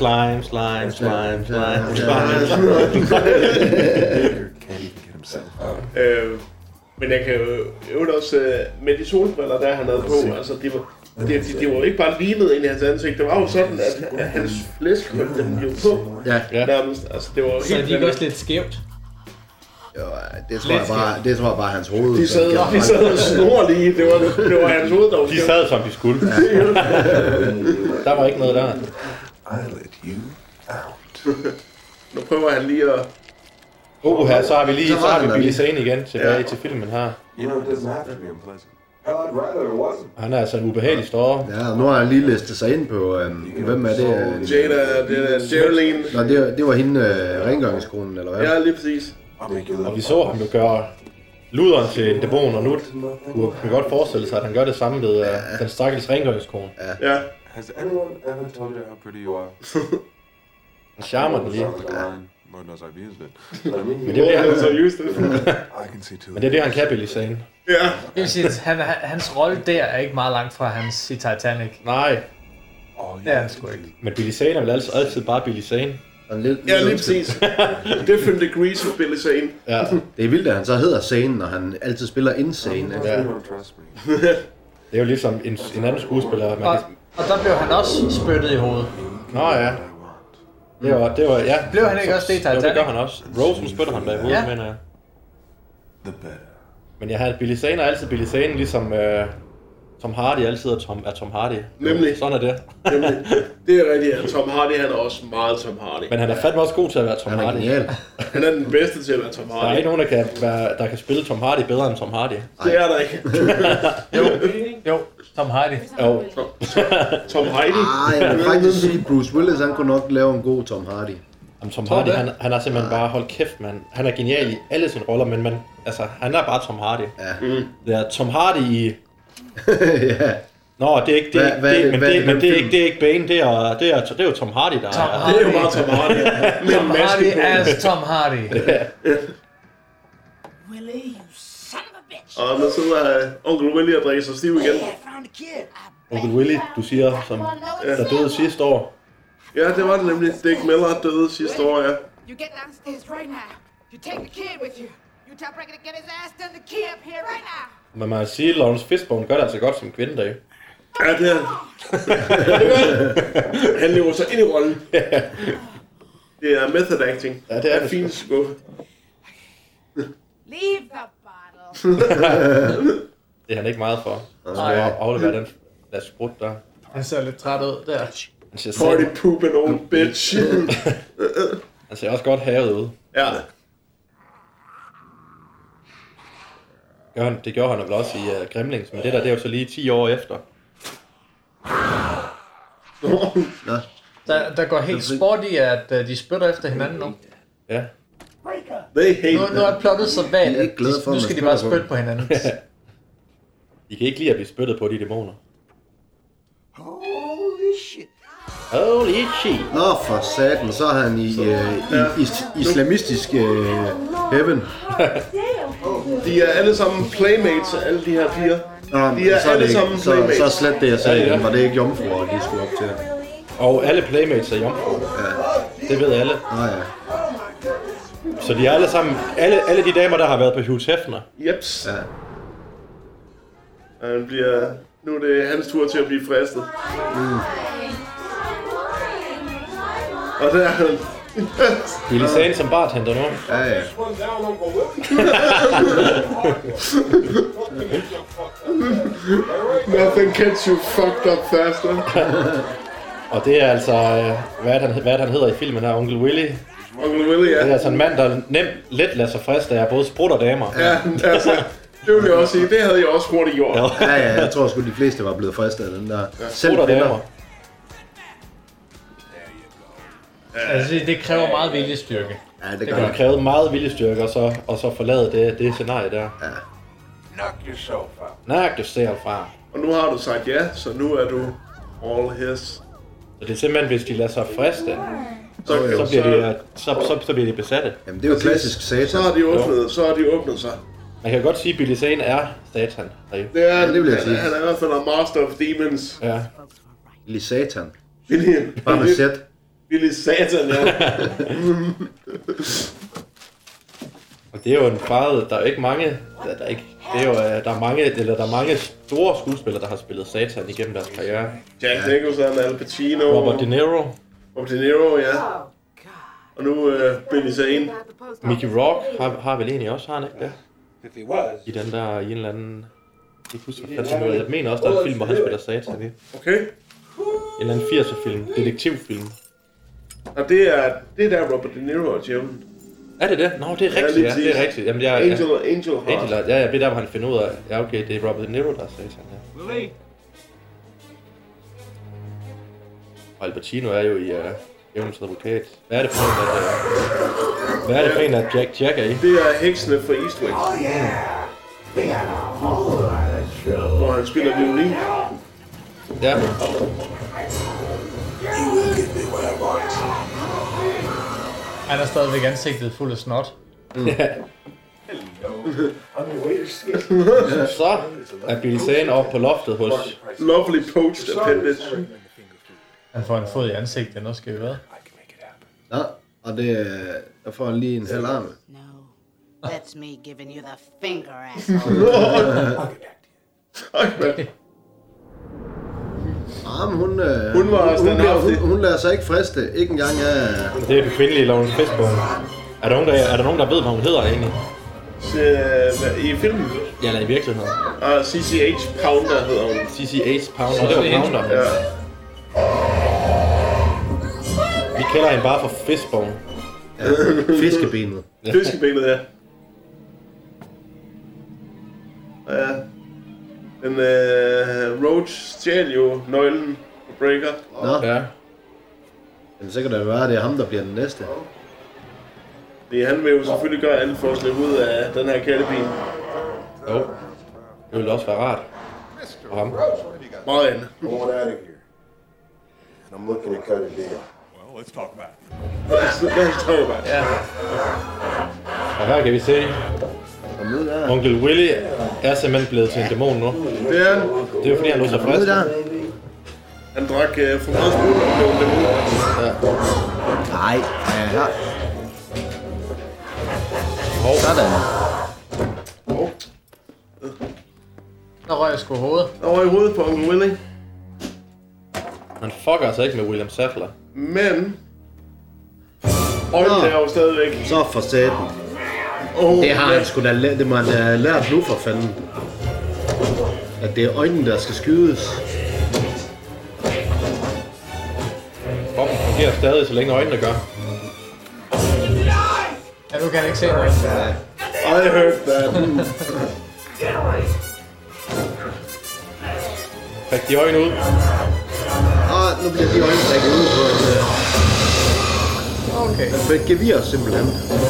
men jeg kan jo også med de solbriller, der han havde på, altså det var ikke bare limet ind i hans ansigt, det var jo sådan, at hans flæsk holdt dem jo på. Ja. Nærmest, altså det var helt... Så de er også lidt skævt. Jo, det tror jeg bare hans hoved. De sad og snor lige, det var hans hoved, der var... De sad som de skulle. Der var ikke noget der. I let you out. Nu prøver han lige at... Her, så har vi Billy Zane igen tilbage til filmen her. You know, it doesn't have to be unpleasant. Hell, I'd rather it wasn't. Han er altså en ubehagelig store. Ja, nu har han lige listet sig ind på, hvem er det? Jada, det er Geraldine. Nå, det var hende rengøringskonen, eller hvad? Ja, lige præcis. Og vi så ham jo gøre luderen til en dæmon, og nu kunne man godt forestille sig, at han gør det samme med den stakkels rengøringskone. Ja. Has anyone ever told you how pretty you are? Han charmer den lige. Lord knows I've used it. Men det er det, han kan, Billy Zane. Ja. Det vil sige, at hans rolle der er ikke meget langt fra hans i Titanic. Nej. Det er han sgu ikke. Men Billy Zane er vel altid bare Billy Zane. Ja, lige præcis. Different degrees of Billy Zane. Ja. Det er vildt, at han så hedder Zane, når han altid spiller Insane. Ja. Det er jo ligesom en anden skuespiller. Og der blev han også spyttet i hovedet. Nå ja. Det var ja. Blev han ikke også det i Titanic? Jo, det gør han også. Rosen spytter han bagud, ja. mener jeg. Men jeg har Billy Zane er altid Billy Zane, ligesom Tom Hardy altid er Tom Hardy. Nemlig. Sådan er det. Nemlig. Det er rigtigt, at Tom Hardy han er også meget Tom Hardy. Men han er fandme også god til at være Tom Hardy. Han er den bedste til at være Tom Hardy. Der er ikke nogen, der kan spille Tom Hardy bedre end Tom Hardy. Det er der ikke. Jo, Tom Hardy. Jo. Tom Hardy. Jeg vil faktisk sige, Bruce Willis han kunne nok lave en god Tom Hardy. Jamen, Tom Hardy, han har simpelthen bare holdt kæft, mand. Han er genial i alle sine roller, men altså, han er bare Tom Hardy. Ja. Det er Tom Hardy i... ja. Nå, det er ikke det er ikke Bane, det er jo Tom Hardy, der er... Det er jo bare Tom Hardy. Tom Hardy as Tom Hardy. Willie, you son of a bitch! Og nu sidder onkel Willie og drikker sig stiv igen. Onkel Willie, du siger, som der døde sidste år. Ja, det var det nemlig. Dick Miller døde sidste år, ja. You get downstairs right now. You take the kid with you. You tell Breaker to get his ass done the key up here right now. Men man kan sige, at Lawrence Fishburne gør det altså godt som kvindedag. Ja, det er han lever sig ind i rollen. Det er method acting. Ja, det er det fint skub. Leave the bottle. Det er han ikke meget for. Han skal aflevere den flaske sprut der. Han ser lidt træt ud der. Party pooping old bitch. Han ser også godt havet ud. Ja. Det gjorde han vel også i Gremlings, men det er jo så lige 10 år efter. Der går helt sport i, at de spytter efter hinanden nu. Ja. Nu er plottet så vagt, at nu skal de bare spytte på hinanden. De kan ikke lide at blive spyttet på, de dæmoner. Holy shit. Holy shit. Nå, for satan, så er han i islamistisk heaven. De er alle sammen playmates, alle de her piger. De er så alle det sammen playmates. så slet det, jeg sagde, var det ikke jomfruer, de skulle op til. Og alle playmates er jomfruer. Ja. Det ved alle. Ja. Så de er alle sammen, alle de damer, der har været på Hugh Hefner. Jeps. Ja. Nu er det hans tur til at blive fristet. Og der er han. Billy Zane som bartender nu. Ja. Nothing gets you fucked up faster. Og det er altså, hvad han hedder i filmen her, Onkel Willy. Onkel Willy, ja. Det er altså en mand, der let lader sig friste af både sprut og damer. Ja, altså, det vil jeg også sige. Det havde jeg også hurtigt gjort. Ja, jeg tror sgu, de fleste var blevet fristet af den der. Sprut og damer. Altså, det kræver meget viljestyrke. Ja, det kan kræve meget viljestyrke, og så forlade det scenarie der. Ja. Knock yourself out. Knock yourself out. Og nu har du sagt ja, så nu er du all his. Så det er simpelthen, hvis de lader sig friste, så bliver de besatte. Jamen, det er jo klassisk satan. Så har de åbnet sig. Man kan godt sige, at Billy Zane er satan. Det er, det vil jeg sige. Han er i hvert fald en master of demons. Ja. Billy Satan. Bare med sæt. Billy Satan, ja. Og det er jo en farve, der er ikke mange, der er mange store skuespillere, der har spillet satan igennem deres karriere. Jack Nicholson, Al Pacino. Robert De Niro. Ja. Og nu Billy Zane. Mickey Rourke har vel egentlig også, har han ikke det? I den der, i en eller anden... Jeg mener også, der er en film, hvor han spiller satan i. Okay. En eller anden 80'er-film, detektivfilm. Og det er der Robert De Niro og djævlen. Er det det? Nå, det er rigtigt, ja, det er rigtigt. Jamen, Angel Heart. Ja, det er der, hvor han finder ud af, ja okay, det er Robert De Niro, der er satan, ja. Og Al Pacino er jo i Djævelens advokat. Hvad er det for en, at Jack er i? Det er heksene fra Eastwick. Hvor han spiller violin. Ja. Han er stadigvæk ansigtet fuld af snot. Ja. Så er Billy Zane oppe på loftet hos... Lovely poached appendage. Han får en fod i ansigtet, nu skal vi hvad? Ja, og det der får han lige en halv arme. That's me giving you the finger, asshole. Hun lader sig ikke friste, ikke engang af... Det er den kvindelige Lawrence Fishburne. Er der nogen, der ved, hvad hun hedder egentlig? I filmen? Ja, eller i virkeligheden. CCH Pounder hedder hun. CCH Pounder, det var Pounder. Ja. Vi kalder hende bare for Fishbone. Ja, fiskebenet. Fiskebenet, ja. Ja. Den Roach stjæl jo nøglen på Breaker. Nå. Ja. Men så kan det være, at det er ham, der bliver den næste. Det han vil jo selvfølgelig gøre alt for at slippe ud af den her kattebil. Jo. Det ville også være rart for ham. Meget andet. I want out of here. And I'm looking to cut a deal. Well, let's talk about it. Let's talk about it. Ja. Og her kan vi se, Onkel Willy er simpelthen blevet til en dæmon nu. Det er han. Det er jo fordi, han lå sig frisk. Han drak for meget sprut og blev en dæmon. Ja. Nej, ja. Sådan. Der røg jeg sgu hovedet. Der røg hovedet på Onkel Willy. Han fucker altså ikke med William Sadler. Men øjnene er jo stadigvæk. Så for satan. Det har han sgu da lært. Det må han have lært nu for fanden. At det er øjnene, der skal skydes. Kroppen fungerer stadig, så længe øjnene gør. Ja, nu kan han ikke se noget. I heard that. Fik de øjne ud. Nu bliver de øjne trækket ud på en... Okay. På et gevir simpelthen.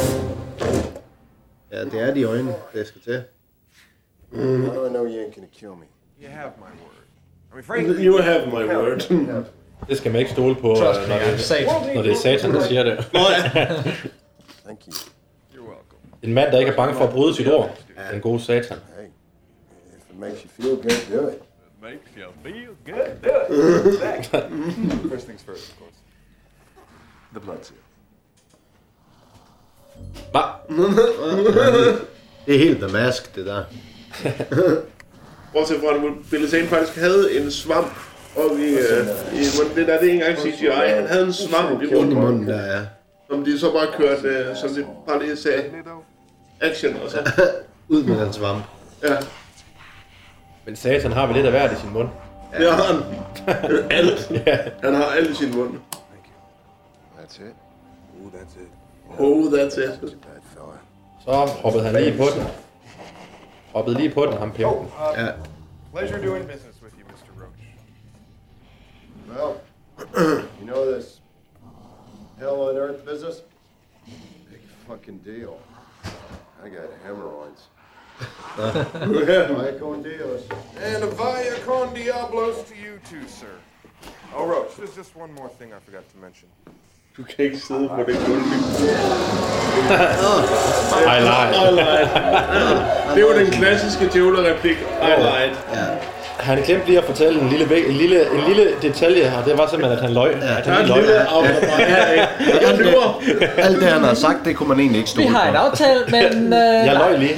Ja, det er de øjne, det skal til. How do I know you ain't gonna kill me? You have my word. I mean, frankly, You have my word. Det skal man ikke stole på, når det er Satan, der siger det. Thank you. You're welcome. En mand, der ikke er bange for at bryde sit ord. Den gode Satan. Hey, if it makes you feel good, do it. Makes you feel good. Do it. First things first, of course. The blood seal. Det er helt The Mask, det der. Bortset fra, at Billy Zane faktisk havde en svamp oppe i munden. Det er ikke engang CGI. Han havde en svamp i munden. Der er. Som de så bare kørte, som de bare lige sagde, action og så. Ud med den svamp. Ja. Men Satan har vel lidt af hvert i sin mund. Det har han. Alt. Han har alt i sin mund. That's it. Ooh, that's it. Oh, that's it. Så hoppede han lige på den. Hoppede lige på den, ham pimpen. Ja. Pleasure doing business with you, Mr. Roach. Well, you know this hell on earth business? Big fucking deal. I got hemorrhoids. Vaya con Dios. And a vaya con diablos to you too, sir. Oh, Roach, there's just one more thing I forgot to mention. Du kan ikke sidde på det gulv. Det var den klassiske djævlereplik. Han glemte lige at fortælle en lille detalje, og det var simpelthen, at han løg. Han løg. Alt det, han har sagt, det kunne man egentlig ikke stole på. Vi har en aftale, men... Jeg løg lige.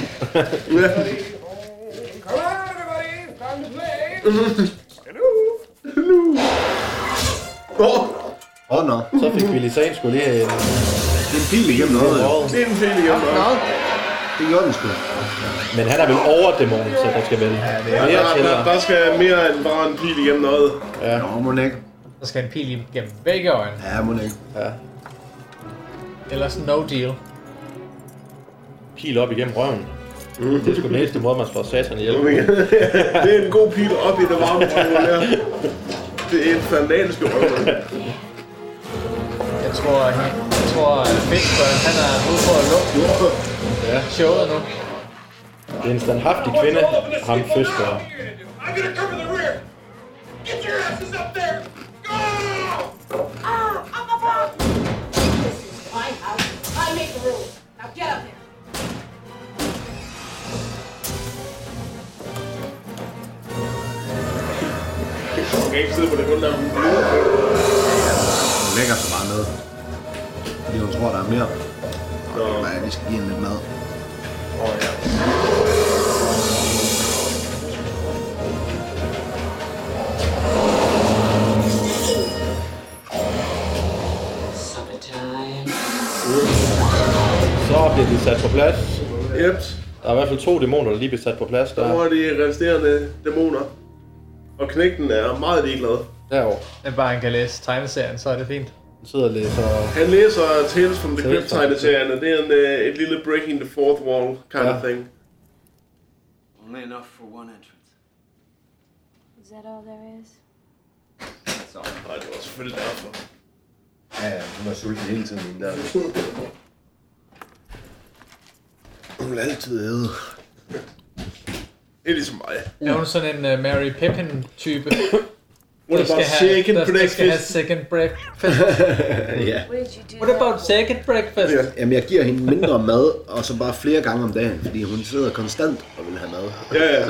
Nå. Så fik Billy Zane sgu lige en... Det er en pil igennem noget. Det er en pil igennem noget. Det gjorde den sgu. Men han er vel overdæmon, så der skal vel mere til. Der skal mere end bare en pil igennem noget. Ja. Nå, må ikke. Der skal en pil igennem begge øjne. Ja, må ikke. Ja. Ellers no deal. Pil op igennem røven. Det er sgu den eneste måde, man slår Satan ihjel. Det er en god pil op i det varme røven her. Det er en fanatisk røven. Jeg tror Fishburne, han er ude for at lukke showet nu. Det er en standhaftig kvinde, ham Fishburne. I'm gonna cover the rear. Get your asses up there. Go! This is my house. I make the rules. Now get up there. Du kan ikke sidde på det gulv der. Hun lægger sig bare ned. Fordi hun tror, der er mere. Nej, vi skal give hende lidt mad. Så bliver de sat på plads. Yep. Der er i hvert fald 2 dæmoner, der lige bliver sat på plads. Der var de resterende dæmoner. Og knægten er meget ligeglad. Derovre. Men bare han kan læse tegneserien, så er det fint. Han sidder og læser... Han læser Tales from the Crypt tegneserierne. Det er et lille breaking the fourth wall kind of thing. Only enough for one entrance. Is that all there is? That's all. Nej, det var selvfølgelig derfor. Ja, hun er sulten hele tiden i den der. Hun vil altid æde. Det er ligesom mig. Er hun sådan en Mary Pippin-type? What about second breakfast? Skal have second breakfast. Ja. What about second breakfast? Yeah. Jamen, jeg giver hende mindre mad, og så bare flere gange om dagen, fordi hun sidder konstant og vil have mad. Ja.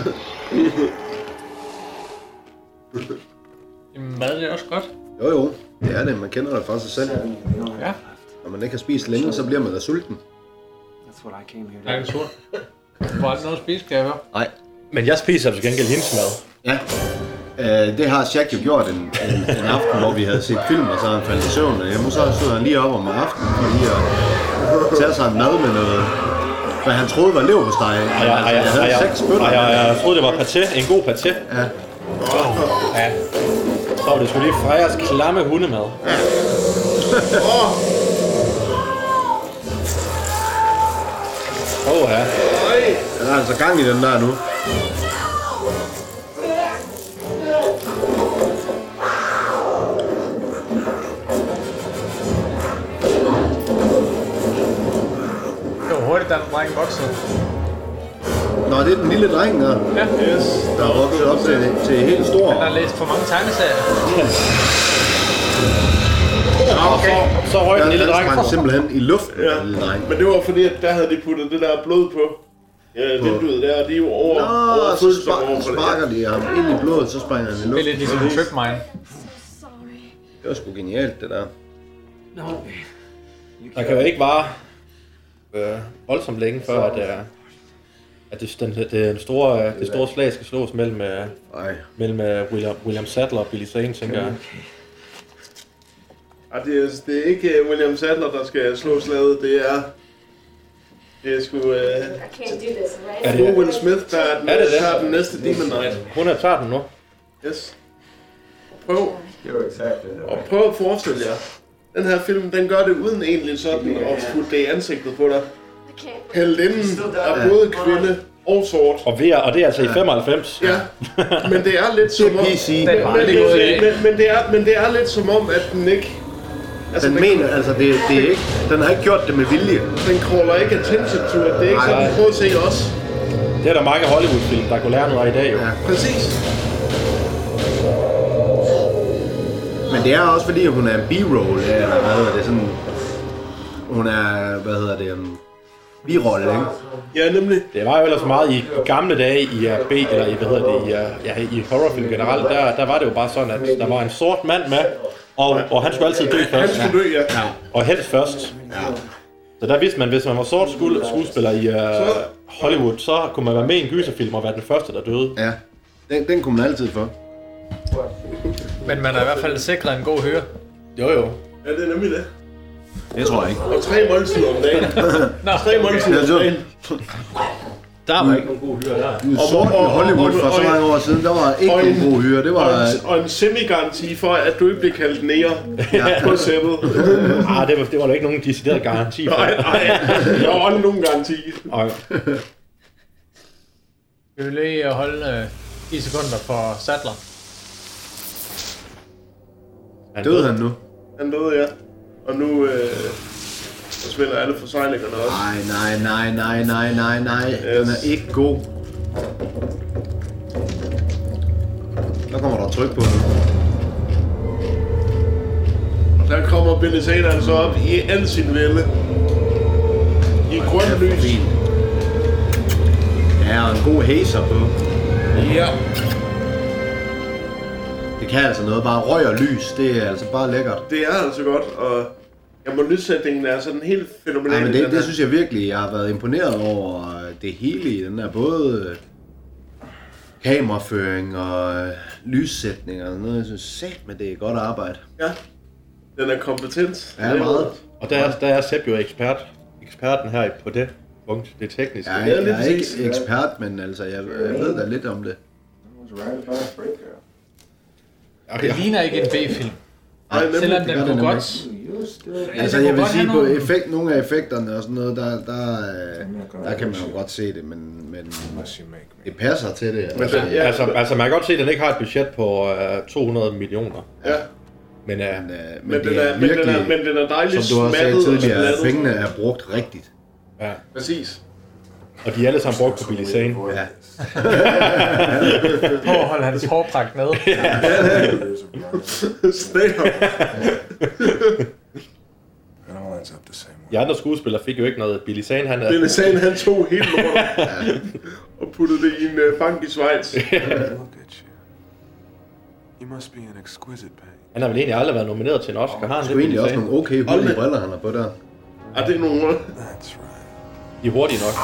Jamen, mad er også godt. Jo, det er det. Man kender det fra sig selv. Ja. Når man ikke har spist længe, så bliver man da sulten. That's what I came here to Nej, det er surt. Du får aldrig noget at spise, kan jeg høre. Nej. Men jeg spiser til gengæld hendes mad. Ja. Det har Jack jo gjort en aften, hvor vi havde set film, og så havde han faldet i søvn. Jamen, så stod han lige op om aftenen for lige at tage sig en mad med noget, hvad han troede var leverpostej. Jeg troede, det var paté. En god paté. Ja. Ja. Så var det sgu lige Frejers klamme hundemad. Ja. Ja. Der er altså gang i den der nu. Det var hurtigt, da den dreng voksede. Nå, det er den lille dreng der. Ja. Yes. Der er vokset op til helt stor. Han har læst for mange tegneserier. Så røg den lille dreng. Den simpelthen i luften. Ja. Men det var fordi, at der havde de puttet det der blod på. Ja, vinduet der, og de er jo over så sparker de ham ind i blodet, så springer han i luften. Det er lidt ligesom Trip Mine. Det var sgu genialt, det der. Der kan jo ikke vare voldsomt længe, før at det store slag skal slås mellem William Sadler og Billy Zane, tænker jeg. Det er ikke William Sadler, der skal slå slaget, det er sgu Will Smith, der er den næste Demon Knight. Hun tager den nu. Yes. Prøv at forestille jer. Den her film, den gør det uden egentlig sådan at putte det i ansigtet på dig. Heldinden er både kvinde og sort. Og det er altså i 95. Ja, men det er lidt som om... Men det er lidt som om, at den ikke... Altså, den mener, altså det er ikke... Den har ikke gjort det med vilje. Den crawler ikke attention to it. Det er ikke sådan, prøv at se os. Det er der mange Hollywood-film, der kunne lære noget af i dag, jo. Ja, præcis. Men det er også fordi, hun er en B-roll, eller hvad hedder det, sådan... Hun er, birolle, ikke? Ja, nemlig. Det var jo ellers meget i gamle dage i i horrorfilm generelt, der var det jo bare sådan, at der var en sort mand med, og han skulle altid dø først. Han skulle dø, ja. Og helst først. Ja. Så der vidste man, hvis man var sort skuespiller i Hollywood, så kunne man være med i en gyserfilm og være den første, der døde. Ja, den kunne man altid få. Men man er i hvert fald sikret en god høre. Jo. Ja, det er nemlig det. Det tror jeg ikke. Og 3 måltider om dagen. 3 måltider om dagen. Der var ikke nogen god hyre der. Sort i Hollywood for så mange år siden, der var ikke nogen god hyre. Det var og en semi-garanti for, at du ikke blev kaldt nære på sættet. Det var da ikke nogen decideret garanti for. Nej, der var aldrig nogen garanti. Vi vil lige holde 10 sekunder for Sadler. Døde han nu? Han døde, ja. Og nu spiller alle forseglingerne også. Nej. Den er ikke god. Så kommer der tryk på den. Der kommer Billy Zane altså op i al sin vælde. I grønt lys. Ja, og en god hazer på. Ja. Det kan altså noget. Bare røg og lys, det er altså bare lækkert. Det er altså godt, og lyssætningen er sådan helt fænomenal. Ja, men det synes jeg virkelig, jeg har været imponeret over det hele i den der, både kameraføring og lyssætning og noget. Jeg synes satme, det er godt arbejde. Ja, den er kompetent. Ja, meget. Og der er Sepp jo eksperten her på det punkt, det tekniske. Ja, jeg er ikke ekspert, men altså, jeg ved da lidt om det. Det ligner ikke en B-film. Selvom den kunne godt... Altså jeg vil sige på nogle af effekterne og sådan noget, der kan man jo godt se det, men det passer til det. Altså man kan godt se, at den ikke har et budget på 200 millioner. Ja. Men den er dejligt som du også sagde tidligere, at pengene er brugt rigtigt. Ja. Præcis. Og de er alle sammen brugt på Billy Zane. Ja. Prøv at holde hans hårpragt ned. De andre skuespillere fik jo ikke noget. Billy Zane, Billy Zane, han tog helt lortet og puttede det i en fang i Schweiz. Han har vel egentlig aldrig været nomineret til en Oscar. Har han det? Egentlig også nogle okay hurtige briller, han har på der. Ja, det er nogle... De er hurtige nok.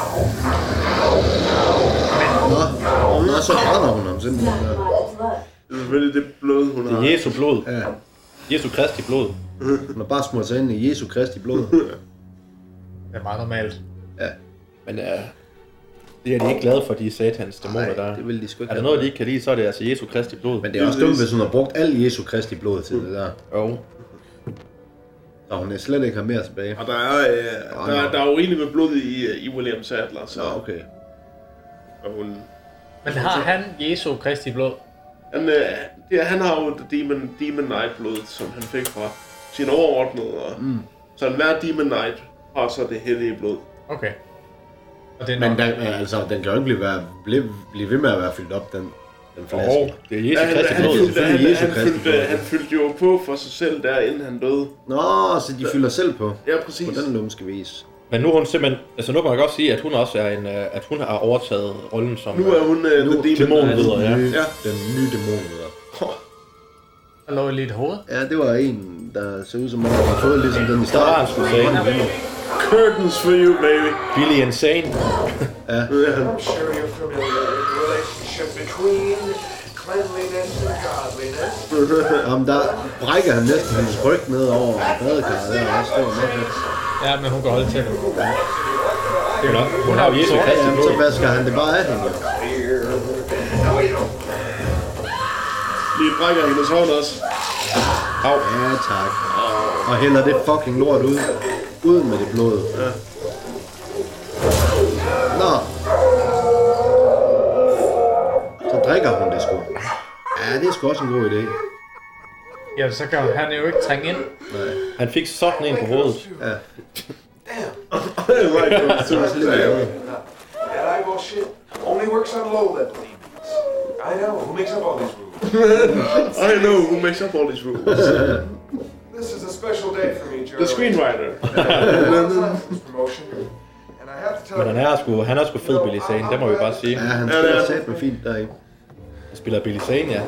Nå, så brænder hun ham simpelthen. Det er selvfølgelig det blod, hun har. Det er Jesu blod. Ja. Jesu Kristi blod. Hun har bare smurt sig ind i Jesu Kristi blod. Det er meget normalt. Ja. Men det er de ikke glade for, de satans dæmoner der. Det vil de sgu ikke. Er der noget, de ikke kan lide, så er det altså Jesu Kristi blod. Men det er også dumt, hvis hun har brugt al Jesu Kristi blod til det der. Jo. Så hun slet ikke har mere tilbage. Og der er jo rigeligt med blod i William Sadler, så... Ja, okay. Og hun... Men har han Jesu Kristi blod? Han har jo Demon Knight blod, som han fik fra sin overordnede. Så hver Demon Knight har så det hellige blod. Okay. Og det er men den kan jo ikke blive ved med at være fyldt op, den. Den flaske. Det er Jesu Kristi blod. Han fyldte jo på for sig selv der, inden han døde. Nå, så de fylder selv på. Ja, præcis. På den lumske vis. Men nu er hun simpelthen... Altså nu kan man godt sige, at hun også er en... At hun har overtaget rollen som... Nu er hun dæmonridder, ja. Den nye dæmonridder. Der lå lige et hoved. Ja, det var en, der så ud som om, har fået ligesom den i starten. Curtains for you, baby. Billy Insane. Ja. I'm sure you're familiar with the relationship between cleanliness and godliness. Jamen, der brækker han næsten hans ryg ned over badekarret der også. Det var meget fedt. Ja, men hun kan holde til det. Hun har jo Jesu Kristi blod. Så vasker han det bare af hende. Lige brækker hendes hånd også. Ja, tak. Og hælder det fucking lort ud. Ud med det blod. Ja. Nå. Så drikker hun det sgu. Ja, det er sgu også en god idé. Ja, så kan han jo ikke trænge ind. Nej. Han fik sådan en på hovedet. Ja. That eyeball shit only works on low-level demons. I know. Who makes up all these rules? I know who makes up all these rules. This is a special day for me, Joe. The screenwriter. Men han er sgu fed, Billy Zane, det må vi bare sige. Ja, han spiller satme fint deri. Han spiller Billy Zane, ja.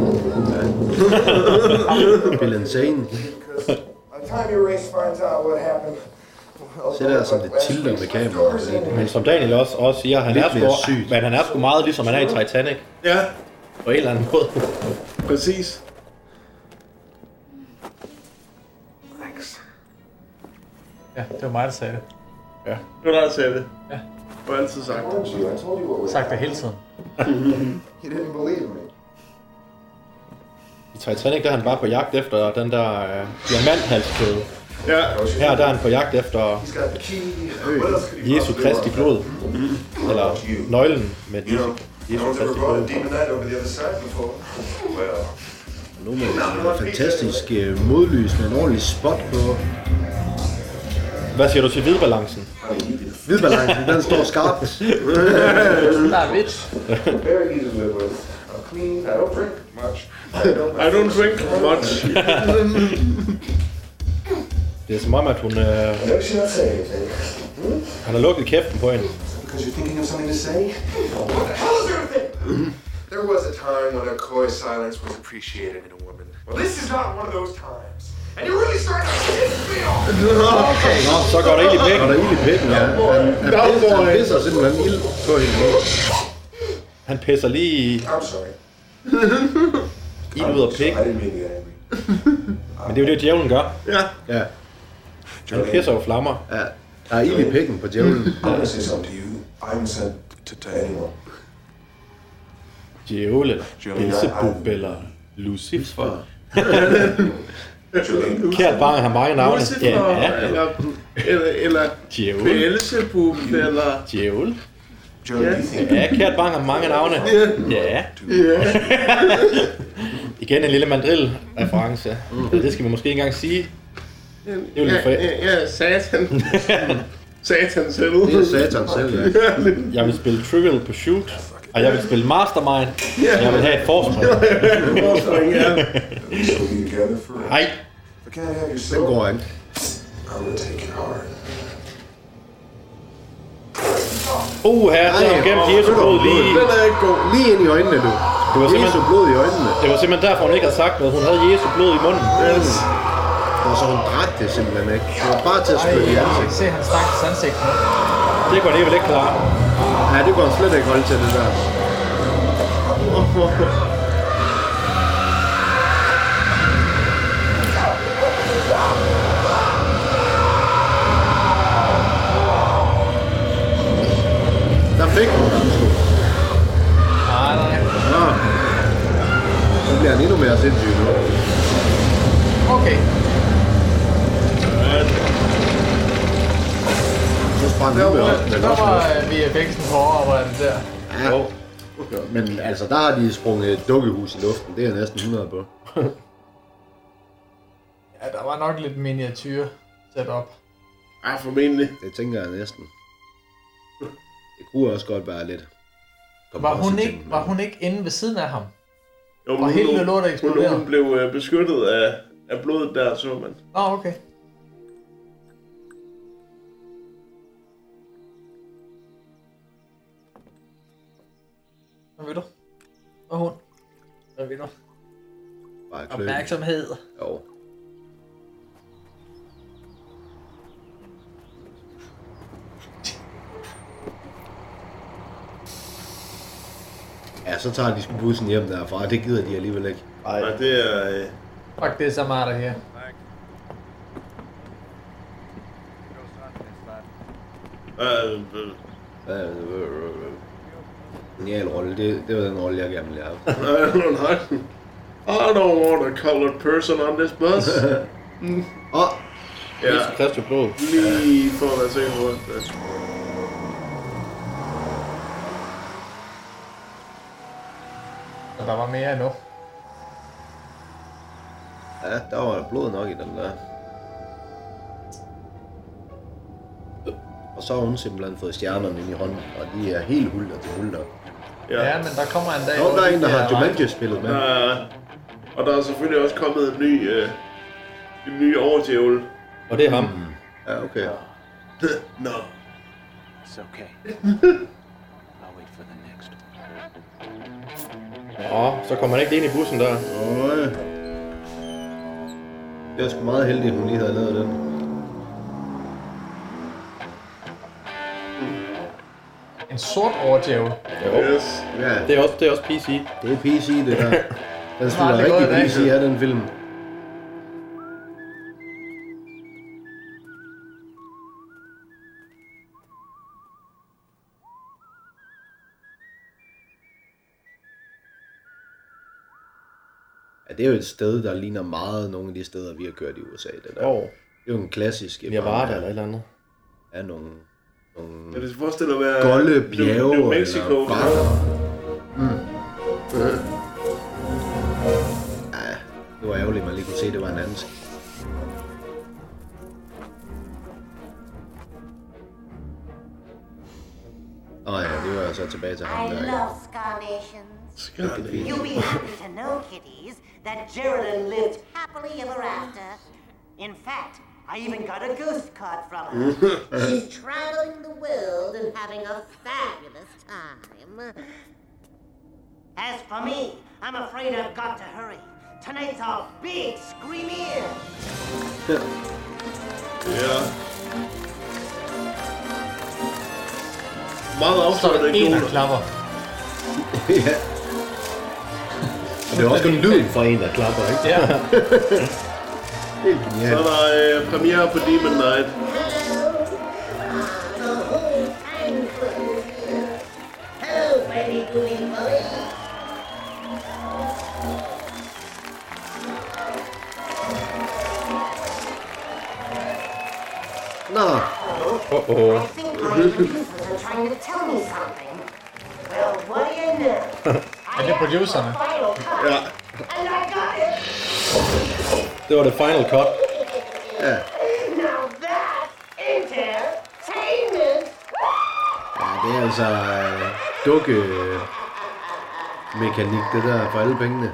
Billy Zane. By the time your race finds out what happened, Se der, som det tilter med kameraet. Men som Daniel også siger, han er sgu meget ligesom han er i Titanic. Ja. På en eller anden måde. Præcis. Thanks. Ja, det var mig, der sagde det. Ja. Det var dig, der sagde det. Ja. Du har altid sagt det. Sagt det hele tiden. You didn't believe me. I Titanic der er han bare på jagt efter den der diamanthalskæde. Ja. Her der er han på jagt efter Jesu Kristi blod. Eller nøglen med Jesu Kristi blod. Nu med en fantastisk modlys med en ordentlig spot på. Hvad siger du til hvidbalancen? Hvidbalancen, den står skarpt. Der er vidt. Very easy to live with. I'm clean. I don't drink much. I don't drink much. Det er som om, at hun... Han har lukket kæften på hende. Because you're thinking of something to say? What the hell is there to think? There was a time when a coy silence was appreciated in a woman. Well, this is not one of those times. And you're really starting to piss me off! Okay. Nå, så går der ild i pikken. Går der ild i pikken, ja. Han pisser simpelthen ild på hende. Han pisser lige... I'm sorry. Ild ud af pik. I didn't mean to get angry. Men det er jo det, djævlen gør. Ja. Ja. Han pisser jo flammer. Ja. Der er ild i pikken på djævlen. I'm gonna say something to you. I haven't said to anyone. Djævel, eller Beelzebub, eller Lucifer. Kært barn har mange navne. Lucifer, eller Djævel. Beelzebub, eller... Djævel. Ja. Ja, kært barn har mange navne. Ja. Igen en lille mandrill-reference. Det skal vi måske ikke engang sige. Ja, satan. Satan selv. Det er satan selv, ja. Jeg vil spille Trivial Pursuit, og jeg vil spille Mastermind, og jeg vil have et forspring. Forspring, ja. Nej. Den går ikke. I'm gonna take it hard. Her så har hun gemt Jesu blod lige... Den er ikke god. Lige ind i øjnene, du. Det var Jesu blod i øjnene. Det var simpelthen derfor, hun ikke havde sagt noget. Hun havde Jesu blod i munden. Yes. Og så hun drak det simpelthen ikke. Det var bare til at spytte i ansigtet. Se, han stak hans ansigt nu. Det kunne han alligevel ikke klare. Nej, det kunne han slet ikke holde til det der. Der fik hun ham sgu. Nej. Nå. Så bliver han endnu mere sindssyg nu. Okay. Så sprang han ud med hånden. Der var vi Bækkensen på overarbejdet der. Ja. Men altså, der har de sprunget et dukkehus i luften. Det er næsten 100 på. Ja, der var nok lidt miniatyr sat op. Ja, formentlig. Det tænker jeg næsten. Det kunne også godt være lidt. Var hun ikke inde ved siden af ham? Jo, og hele lortet eksploderede. Hun blev beskyttet af blodet der, så man. Okay. Hvad ved du? Og hun? Hvad ved du? Bare opmærksomhed. Jo. Ja, så tager de sgu bussen hjem derfra. Det gider de alligevel ikke. Nej, det er... Fuck, det er så meget der her. Genial rolle. Det var den rolle, jeg gerne ville have. I don't want a colored person on this bus. Ja. Christian Blod. Lige for at være sikker på det. Og der var mere endnu. Ja, der var blod nok i den der. Og så har hun simpelthen fået stjernerne ind i hånden, og de er helt hulter til hulter. Ja, men der kommer en dag... Nå, der er en, der har Jumanji spillet med. Ja, og der er selvfølgelig også kommet en ny overdjævel. Og det er ham. Ja, okay. No. It's okay. I'll wait for the next one. Så kommer han ikke ind i bussen der. Det var sgu meget heldigt, at hun lige havde lavet den. En sort overdjævel. Yes. Ja. Det er også PC. Det er PC, det der. Den slutter rigtig PC af den film. Ja, det er jo et sted, der ligner meget nogle af de steder, vi har kørt i USA. Det der. Jo. Det er jo en klassisk... Nevada eller et eller andet. Ja, nogle Ja, det forestiller at være... golde bjerge New Mexico. eller bakker. Ja, det var ærgerligt, at man lige kunne se, at det var en anden. Ja, det var jeg så tilbage til ham I der. love Scarnations. You'll be happy to know, kiddies, that Geraldine lived happily ever after. In fact, I even got a ghost card from her. She's traveling the world and having a fabulous time. As for me, I'm afraid I've got to hurry. Tonight's our big screamy in. Ja. Meget afsløret en, der klapper. Ja. Og det er også kun lyden fra en, der klapper, ikke? Ja. Så er der premiere på Demon Knight. Hello, Freddy Dooley Boy. Nå. I think my producers are trying to tell me something. Well, what do you know? Er det producerne? Final cut. Ja. And I got it. Det var det final cut. Ja. Now that's entertainment. Ja, det er altså dukke mekanik, det der for alle pengene.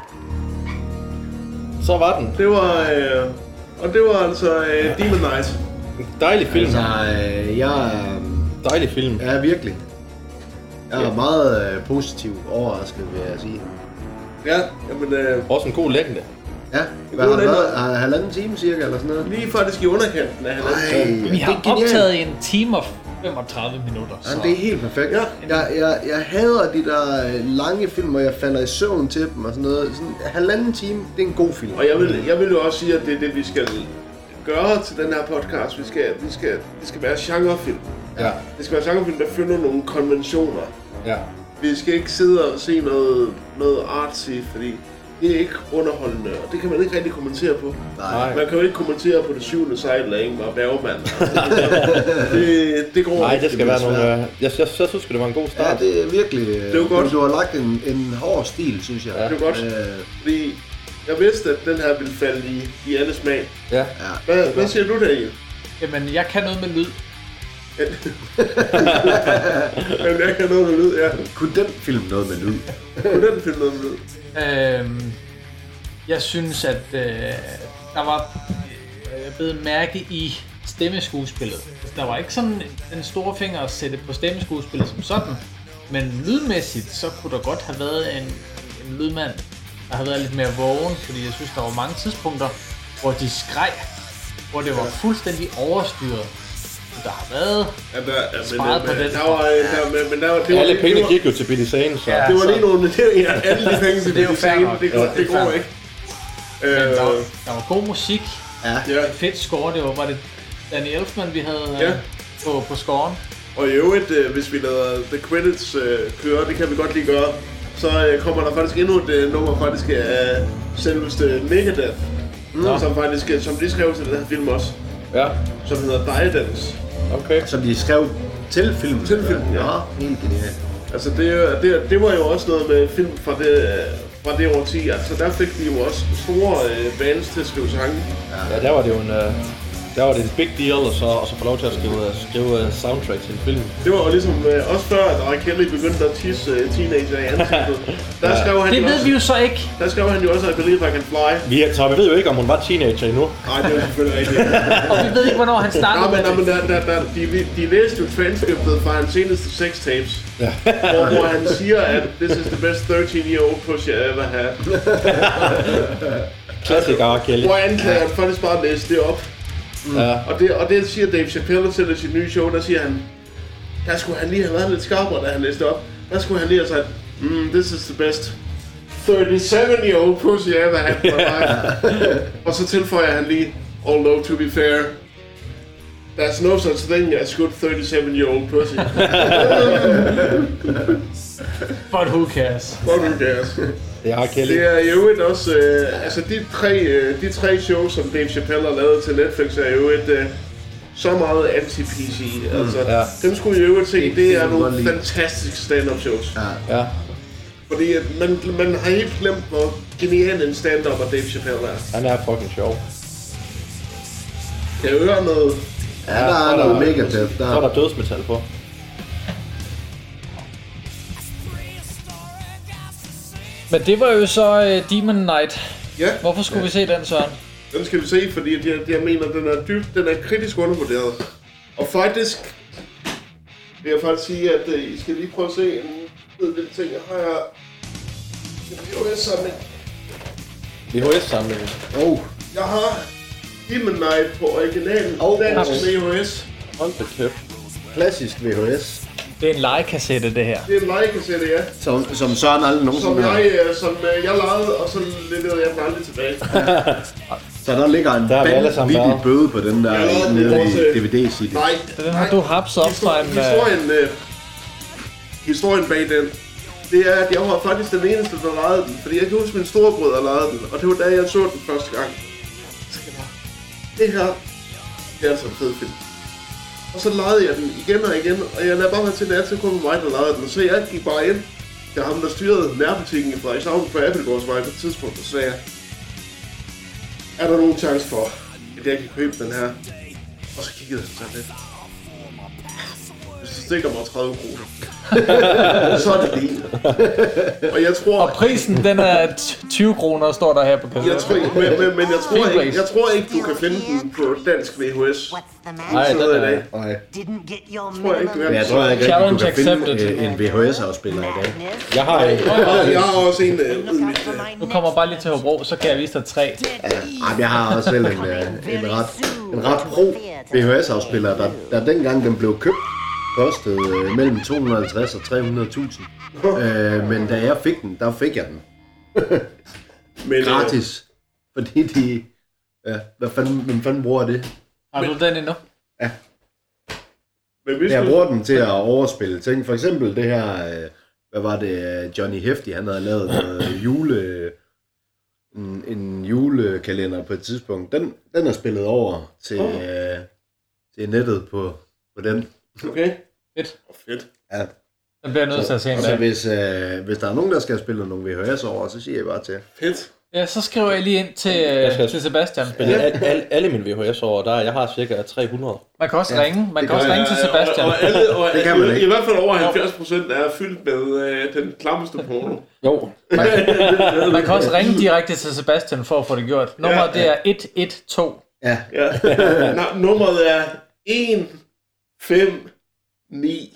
Så var den. Det var, og det var altså Demon Knight. Dejlig film. Altså, jeg dejlig film. Ja, virkelig. Jeg er meget positiv overrasket, vil jeg sige. Ja, jamen... Også en god længde. Ja, hvad har det været? Halvanden time cirka, eller sådan noget? Lige faktisk i underkanten af halvanden time. Vi har optaget i 1 time og 35 minutter. Så. Ja, det er helt perfekt. Ja. Jeg hader de der lange film, hvor jeg falder i søvn til dem og sådan noget. Sådan halvanden time, det er en god film. Og jeg vil jo også sige, at det er det, vi skal gøre til den her podcast. Det skal være genrefilm. Ja. Det skal være genrefilm, der følger nogle konventioner. Ja. Vi skal ikke sidde og se noget artsy, fordi det er ikke underholdende, og det kan man ikke rigtig kommentere på. Nej. Man kan jo ikke kommentere på det 7. sejl af Ingmar Bergman. Det går Nej, det skal være nogle... Jeg synes, det var en god start. Ja, det er virkelig... Det var godt. Du har lagt en hård stil, synes jeg. Ja. Det var godt. Fordi jeg vidste, at den her ville falde i alle smag. Ja. Hvad siger du der, Ian? Jamen, jeg kan noget med lyd. Men jeg kan noget med lyd, ja. Kunne den film noget med lyd? Jeg synes, at der var blevet mærke i stemmeskuespillet. Der var ikke sådan en stor finger at sætte på stemmeskuespillet som sådan, men lydmæssigt, så kunne der godt have været en lydmand, der har været lidt mere vågen, fordi jeg synes, der var mange tidspunkter, hvor de skreg, hvor det var fuldstændig overstyret. Der har været sparet på den. Alle penge gik jo til Billy Zane, så... Ja, det var lige nogle... alle de penge til Billy Zane, det går ikke. Der var god musik. Ja. Et fedt score, var det Danny Elfman, vi havde på scoren. Og i øvrigt, hvis vi lader The Credits køre, det kan vi godt lige gøre, så kommer der faktisk endnu et nummer faktisk af selveste Megadeth, som de skrev til den her film også. Ja. Som hedder Diadems. Okay. Som de skrev til filmen? Til filmen, ja. Helt genialt. Altså det var jo også noget med film fra det årti. Altså der fik de jo også store bands til at skrive sange. Ja, der var det jo der var det en big deal, og så få lov til at skrive soundtrack til en film. Det var jo ligesom også før, at R. Kelly begyndte at tisse teenager i ansigtet. Der skrev han det ved vi jo så ikke. Der skrev han jo også, I Believe I Can Fly. Vi ved jo ikke, om hun var teenager endnu. Nej, det er jo selvfølgelig rigtigt. Og vi ved ikke, hvornår han startede men de læste jo transcriptet fra hans seneste sextapes. Ja. hvor han siger, at this is the best 13-year-old push I ever had. Klassiker R. Kelly. Hvor anklager han faktisk bare læse det op. Ja. Og det siger Dave Chappelle til sit nye show, der siger han, der skulle han lige have været lidt skarpere, da han læste op. Der skulle han lige have sagt, this is the best 37-year-old pussy I ever had in my life. Og så tilføjer han lige, although to be fair, there's no such thing as good 37-year-old pussy. But who cares? Det er Kelly. Det er jo et også, altså de tre shows, som Dave Chappelle har lavet til Netflix, er jo et så meget anti-PC. Altså, dem skulle I jo se, det er nogle fantastiske stand-up shows. Ja. Fordi man har helt glemt, hvor genial en stand-up og Dave Chappelle er. Han er fucking sjov. Kan jeg høre noget? Ja, der er noget mega tæt. Så er der dødsmetal på. Men det var jo så Demon Knight. Ja. Hvorfor skulle vi se den, Søren? Den skal vi se, fordi jeg mener, den er kritisk undervurderet. Og faktisk vil jeg faktisk sige, at I skal lige prøve at se en lille ting. Jeg har en VHS-samling. VHS-samling? Jeg har Demon Knight på originalen. Dansk VHS. Hold da kæft. Klassisk VHS. Det er en legekassette, det her. Det er en legekassette, ja. Som Søren aldrig nogensinde har. Som jeg lejede, og så leverede jeg den aldrig tilbage. Så der ligger en vanvittig bøde på den der nede i DVD-CD. Nej. Den har du hapset op fra en... Historien bag den, det er, at jeg var faktisk den eneste, der lejede den. Fordi jeg kan huske, min storebrødre lejede den, og det var da jeg så den første gang. Det her, det er altså en fed film. Og så lejede jeg den igen og igen, og jeg lader bare være til, at det altid kun mig, der lejede den. Så jeg gik bare ind til ham, der styrede nærbutikken i Frederikshavn på Appelgårdsvej på et tidspunkt, og så sagde jeg, er der nogen chance for, at jeg kan købe den her? Og så kiggede han sådan lidt. Hvis du stikker mig 30 kroner, så er det din. Og jeg tror... Og prisen, den er 20 kroner, står der her på kassetten. Men jeg tror ikke, du kan finde den på dansk VHS. Nej, den er det. Nej. Jeg tror ikke, du kan finde en VHS-afspiller i dag. Jeg har også en Nu kommer bare lige til Hobro, så kan jeg vise dig 3. Jeg har også selv en ret pro VHS-afspiller, der dengang den blev købt, kostede mellem 250 og 300.000. Men da jeg fik den, der fik jeg den. Gratis. Fordi de... Ja, hvem fanden bruger det? Har du den endnu? Ja. Jeg bruger den til at overspille ting. For eksempel det her... Hvad var det? Johnny Hefti, han havde lavet noget en julekalender på et tidspunkt. Den er spillet over til nettet på den. Okay. Fedt. Ja. Den bliver nødt til at se en dag. Så hvis der er nogen, der skal spille nogle VHS over, så siger jeg bare til. Fedt. Ja, så skriver jeg lige ind til Sebastian. Alle mine VHS-år, der jeg har cirka 300. Man kan også ringe. Man kan også ringe til Sebastian. Og det kan man ikke. I hvert fald over 70% er fyldt med den klammeste porno. Jo. Man kan også ringe direkte til Sebastian for at få det gjort. Nummeret det er 112. Ja. Nummeret er 159.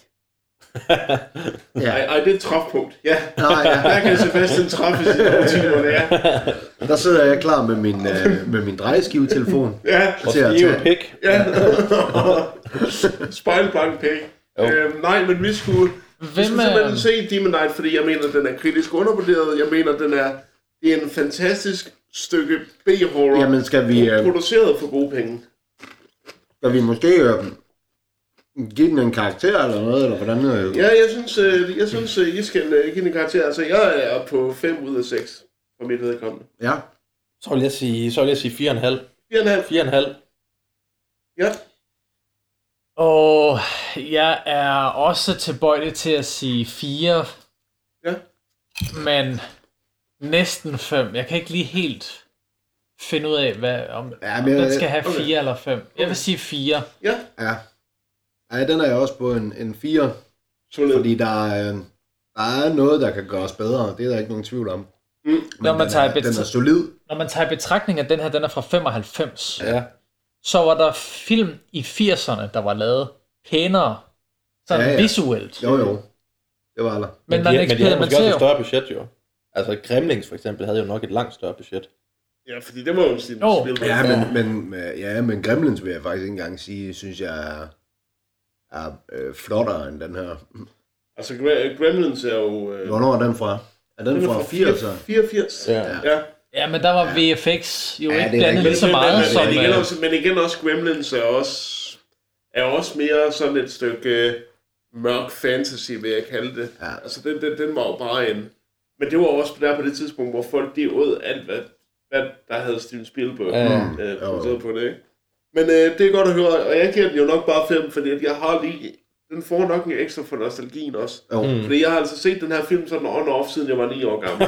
Ej, det er et træfpunkt. Ja. Der kan Sebastian træffe sit timer, ja. Der sidder jeg klar med min drejeskivetelefon. Ja. Til at tage. Pik. Ja. Spejlblank pik. Nej, men vi skulle simpelthen se Demon Knight, fordi jeg mener, den er kritisk undervurderet. Jeg mener, det er en fantastisk stykke B-horror. Jamen, skal vi produceret for gode penge. Skal vi måske give den en karakter eller noget, eller hvordan? Ja, jeg synes I skal give den en karakter. Altså, jeg er på 5 ud af 6 for mit vedkommende. Ja. Så vil jeg sige 4,5. 4,5. Ja. Og jeg er også tilbøjelig til at sige 4. Ja. Men næsten 5. Jeg kan ikke lige helt finde ud af, om den skal have 4 eller 5. Jeg vil sige 4. Ja. Ej, den er jeg også på en 4. Solid. Fordi der er noget, der kan gøres bedre. Det er der ikke nogen tvivl om. Men den er solid. Når man tager i betragtning, at den her den er fra 95, så var der film i 80'erne, der var lavet pænere, sådan visuelt. Jo. Det var der. Men man eksperimenterer jo. Men de havde et større budget, jo. Altså Gremlings for eksempel havde jo nok et langt større budget. Ja, fordi det må jo sige men Gremlins vil jeg faktisk ikke engang sige, synes jeg er flottere end den her. Altså Gremlins er jo... Hvornår er den fra? Er den fra 80'erne? 84. Ja. Ja, men der var VFX jo ikke blandet lige så meget som... Men igen også Gremlins er også mere sådan et stykke mørk fantasy, vil jeg kalde det. Ja. Altså den var jo bare en... Men det var også der på det tidspunkt, hvor folk de åd alt, hvad der havde Steven Spielberg på det, ikke? Men det er godt at høre, og jeg giver den jo nok bare 5, fordi jeg har lige... Den får nok en ekstra for nostalgien også. Fordi jeg har altså set den her film sådan on og off, siden jeg var 9 år gammel.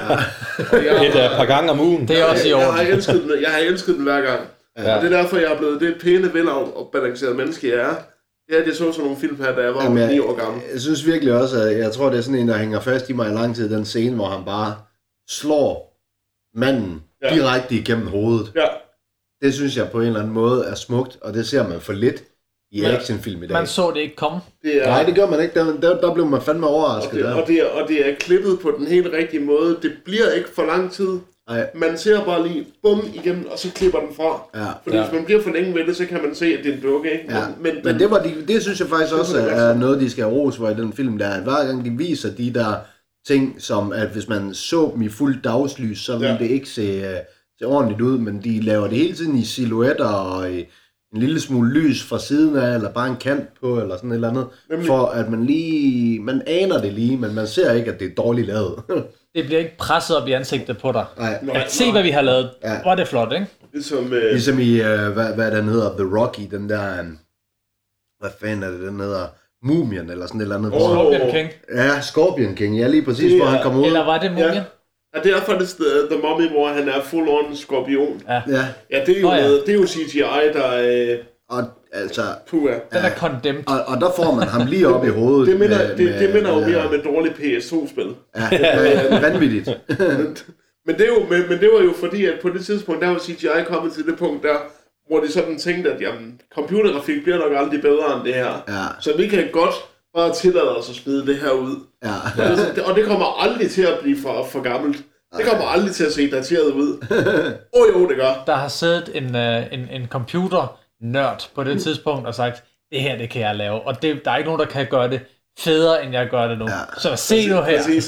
Et par gange om ugen. Det er også i orden. Jeg har elsket den hver gang. Ja. Og det er derfor, jeg er blevet det pæne, velafbalancerede menneske, jeg er. Det er, at jeg så sådan nogle film her, da jeg var 9 år gammel. Jeg synes virkelig også, at jeg tror, det er sådan en, der hænger fast i mig i lang tid, den scene, hvor han bare slår manden direkte igennem hovedet. Ja. Det synes jeg på en eller anden måde er smukt, og det ser man for lidt i actionfilm i dag. Man så det ikke komme. Nej, det gør man ikke. Der blev man fandme overrasket. Og det er klippet på den helt rigtige måde. Det bliver ikke for lang tid. Nej. Man ser bare lige bum igennem, og så klipper den fra. Ja. Fordi hvis man bliver for længe ved det, så kan man se, at det er en dukke, ikke? Ja. Men det synes jeg faktisk også er noget, de skal have ros for i den film, der hver gang de viser de der ting, som at hvis man så dem i fuld dagslys, så ville det ikke se ordentligt ud, men de laver det hele tiden i silhuetter og i en lille smule lys fra siden af, eller bare en kant på, eller sådan et eller andet, for at man aner det lige, men man ser ikke, at det er dårligt lavet. Det bliver ikke presset op i ansigtet på dig. Se, hvad vi har lavet. Hvor er det flot, ikke? Ligesom i, hvad den hedder, The Rocky, den der, hvad fanden er det, den hedder, Mumien, eller sådan et eller andet. Scorpion King. Ja, Scorpion King, ja, lige præcis, hvor han kommer ud. Eller var det Mumien? Ja, det er faktisk The Mummy, hvor han er full on skorpion. Ja, det er jo det er jo CGI, der og altså den er condemned. Og der får man ham lige op i hovedet. Det minder jo mere om et dårligt PS2-spil. Ja, vanvittigt. men det var jo fordi, at på det tidspunkt, der var CGI kommet til det punkt der, hvor de sådan tænkte, at jamen, computergrafik bliver nok aldrig bedre end det her. Ja. Så vi kan godt bare tillade os at smide det her ud. Ja. Og det kommer aldrig til at blive for gammelt. Det kommer aldrig til at se dateret ud. Jo, det gør. Der har siddet en computer-nørd på det tidspunkt og sagt, det her, det kan jeg lave. Og der er ikke nogen, der kan gøre det federe, end jeg gør det nu. Så se nu her. Præcis.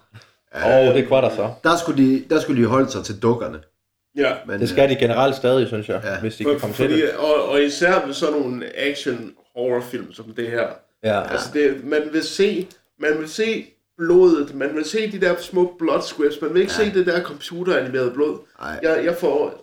Det var der så. Der skulle de holde sig til dukkerne. Ja. Men, det skal de generelt stadig, synes jeg, hvis de kan komme til det. Og især ved sådan nogle action-horrorfilm som det her. Ja. Altså, man vil se blodet, man vil se de der små blood squibs, man vil ikke se det der computeranimerede blod. Jeg får,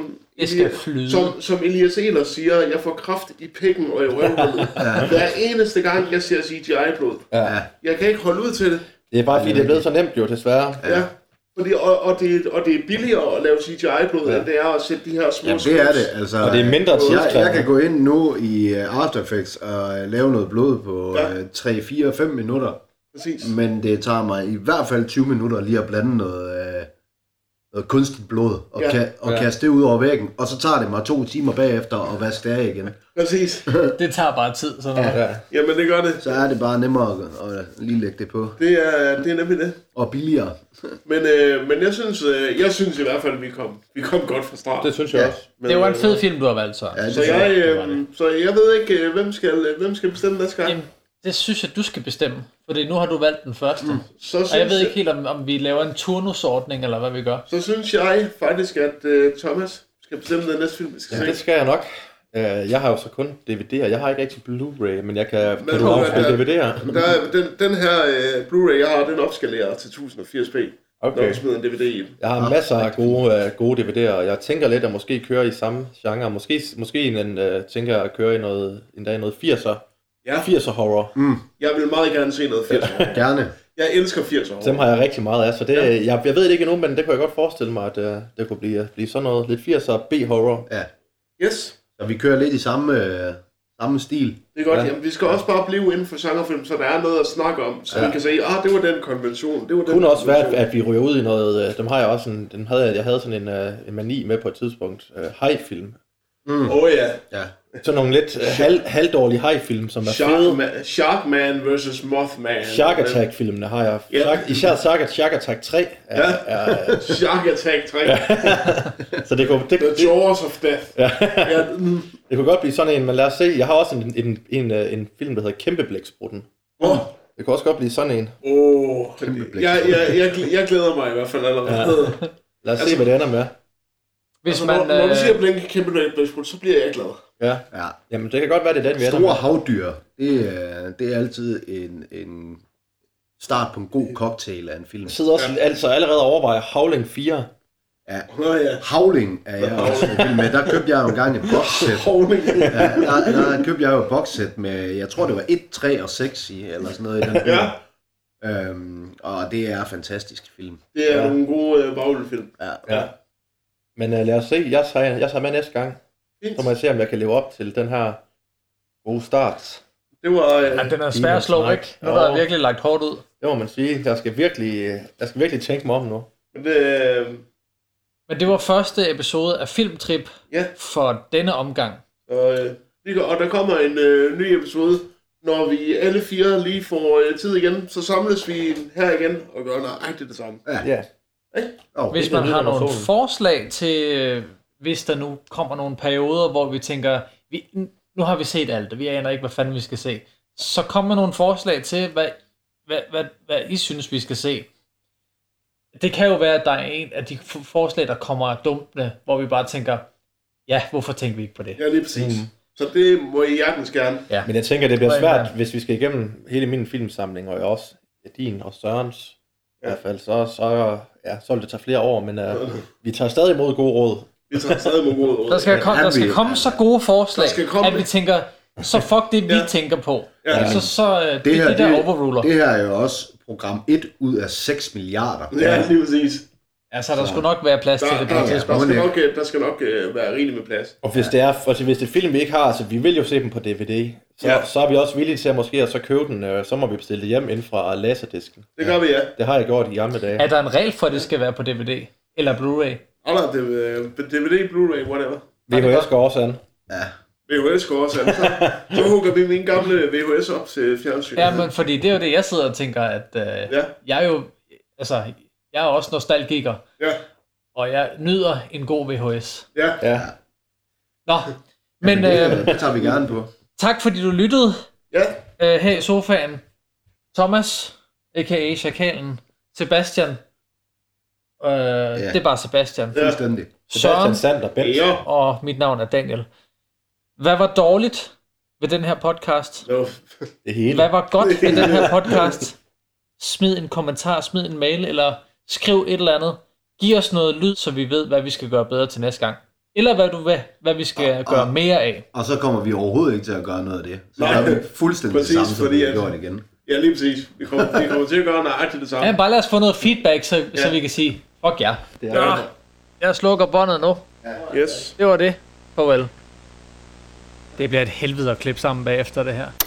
som Elias Ehlers siger, jeg får kraft i pikken og i røvhullet. Hver eneste gang, jeg ser CGI-blod. Jeg kan ikke holde ud til det. Det er bare fordi, det er blevet så nemt jo, desværre. Ja. Fordi, og det er billigere at lave CGI-blod, end det er at sætte de her små Ja, det er det. Altså, og det er mindre tidskrævende. Jeg kan gå ind nu i After Effects og lave noget blod på 3, 4, 5 minutter. Præcis. Men det tager mig i hvert fald 20 minutter lige at blande noget kunstigt blod og, kaste det ud over væggen. Og så tager det mig 2 timer bagefter at vaske det af igen. Præcis. Det tager bare tid. Sådan noget. Ja. Jamen det gør det. Så er det bare nemmere at lige lægge det på. Det er nemlig det. Og billigere. Men jeg synes i hvert fald, at vi kom godt fra start. Det synes jeg også. Men, det var en fed film, du har valgt så. Ja, så jeg ved ikke, hvem skal bestemme næste gang. Jamen, det synes jeg, du skal bestemme. Fordi nu har du valgt den første. Og jeg ved ikke helt, om vi laver en turnusordning, eller hvad vi gør. Så synes jeg faktisk, at Thomas skal bestemme den næste film, vi skal se. Det skal jeg nok. Jeg har jo så kun DVD'er. Jeg har ikke rigtig Blu-ray, men jeg kan du afspille DVD'er. Den her Blu-ray, jeg har, den opskalerer til 1080p. Okay. Når du smider en DVD i den. Jeg har masser af gode DVD'er, og jeg tænker lidt at måske køre i samme genre. Måske tænker jeg at køre i noget 80'er. Ja. 80'er horror. Jeg vil meget gerne se noget 80'er horror. Gerne. Jeg elsker 80'er horror. Dem har jeg rigtig meget af, så det, jeg ved det ikke endnu, men det kunne jeg godt forestille mig, at det kunne blive sådan noget lidt 80'er B-horror. Ja. Yes. Så vi kører lidt i samme stil. Det er godt. Jamen, vi skal også bare blive inden for genrefilm, så der er noget at snakke om, så vi kan sige, det var den konvention. Det kunne også være, at vi ryger ud i noget. Dem har jeg også jeg havde sådan en mani med på et tidspunkt. Haj-film. Ja. Så nogle lidt halvdårlige haj-film, som er fede. Sharkman vs. Mothman. Shark Attack-filmene har jeg. Især Shark Attack 3. Shark Attack 3. Så det kunne... The Jaws of Death. Det kunne godt blive sådan en, men lad os se. Jeg har også en film, der hedder Kæmpeblæksprutten. Det kunne også godt blive sådan en. Jeg glæder mig i hvert fald allerede. Lad os se, hvad det ender med. Når du siger Blink Kæmpeblæksprutten, så bliver jeg glad. Ja. Jamen, det kan godt være, det er den, vi ender med. Store havdyr, det er altid en start på en god cocktail af en film. Jeg sidder også altså allerede og overvejer Howling 4. Ja. Howling er jeg også med. Der købte jeg jo engang et boxset. Der købte jeg jo et boxset med, jeg tror det var 1, 3 og 6 i, eller sådan noget i den film. Og det er fantastisk film. Det er nogle gode bagulfilm. Ja. Men lad os se, jeg tager med næste gang. Så må jeg se, om jeg kan leve op til den her gode start. Det var... den er svær at slå, ikke? Nu er der virkelig lagt hårdt ud. Det må man sige. Jeg skal virkelig tænke mig om nu. Men det var første episode af Filmtrip for denne omgang. Og der kommer en ny episode. Når vi alle 4 lige får tid igen, så samles vi her igen og gør nøjagtigt det samme. Ja. Hvis man har nogle forslag til, hvis der nu kommer nogle perioder, hvor vi tænker, nu har vi set alt, og vi aner ikke, hvad fanden vi skal se. Så kom med nogle forslag til, hvad I synes, vi skal se. Det kan jo være, at der er en af de forslag, der kommer dumpende, hvor vi bare tænker, hvorfor tænker vi ikke på det? Ja, lige præcis. Så det må I hjertens gerne. Ja. Men jeg tænker, det bliver svært, hvis vi skal igennem hele min filmsamling, og også din og Sørens. I hvert fald, så vil det tage flere år, men vi tager stadig imod gode råd. Der skal komme så gode forslag, at vi tænker, så fuck det, vi tænker på. Ja. Så det her, der overruler. Det her er jo også program 1 ud af 6 milliarder. Ja, lige præcis. Altså, der skulle nok være plads til det på et tidspunkt. Der skal nok være rigeligt med plads. Og hvis det er film, vi ikke har, så vi vil jo se dem på DVD. Så er vi også villige til at måske så købe den, så må vi bestille det hjem ind fra laserdisken. Det gør vi, ja. Det har jeg gjort i gamle dage. Er der en regel for, at det skal være på DVD? Eller Blu-ray? DVD, Blu-ray, whatever. VHS går også an. Ja. VHS går også an. Så hugger vi min gamle VHS op til fjernsynet. Ja, men fordi det er jo det, jeg sidder og tænker, at jeg er jo... Altså, jeg er også nostalgiker. Ja. Og jeg nyder en god VHS. Ja. Nå, men... det tager vi gerne på. Tak fordi du lyttede. Ja. Her i sofaen. Thomas, a.k.a. Sjakalen. Sebastian. Det er bare Sebastian. Fuldstændig. Søren. Sander, Bent. Og mit navn er Daniel. Hvad var dårligt ved den her podcast? Det hele. Hvad var godt ved den her podcast? Smid en kommentar, smid en mail, eller skriv et eller andet. Giv os noget lyd, så vi ved, hvad vi skal gøre bedre til næste gang. Eller hvad vi skal gøre mere af. Og så kommer vi overhovedet ikke til at gøre noget af det. Så gør vi fuldstændig det samme, som vi har gjort igen. Ja, lige præcis. Vi kommer til at gøre nøjagtigt det samme. Ja, bare lad os få noget feedback, så vi kan sige, Fuck ja. Det er det. Jeg slukker båndet nu. Yes. Det var det. Farvel. Det bliver et helvede at klippe sammen bagefter det her.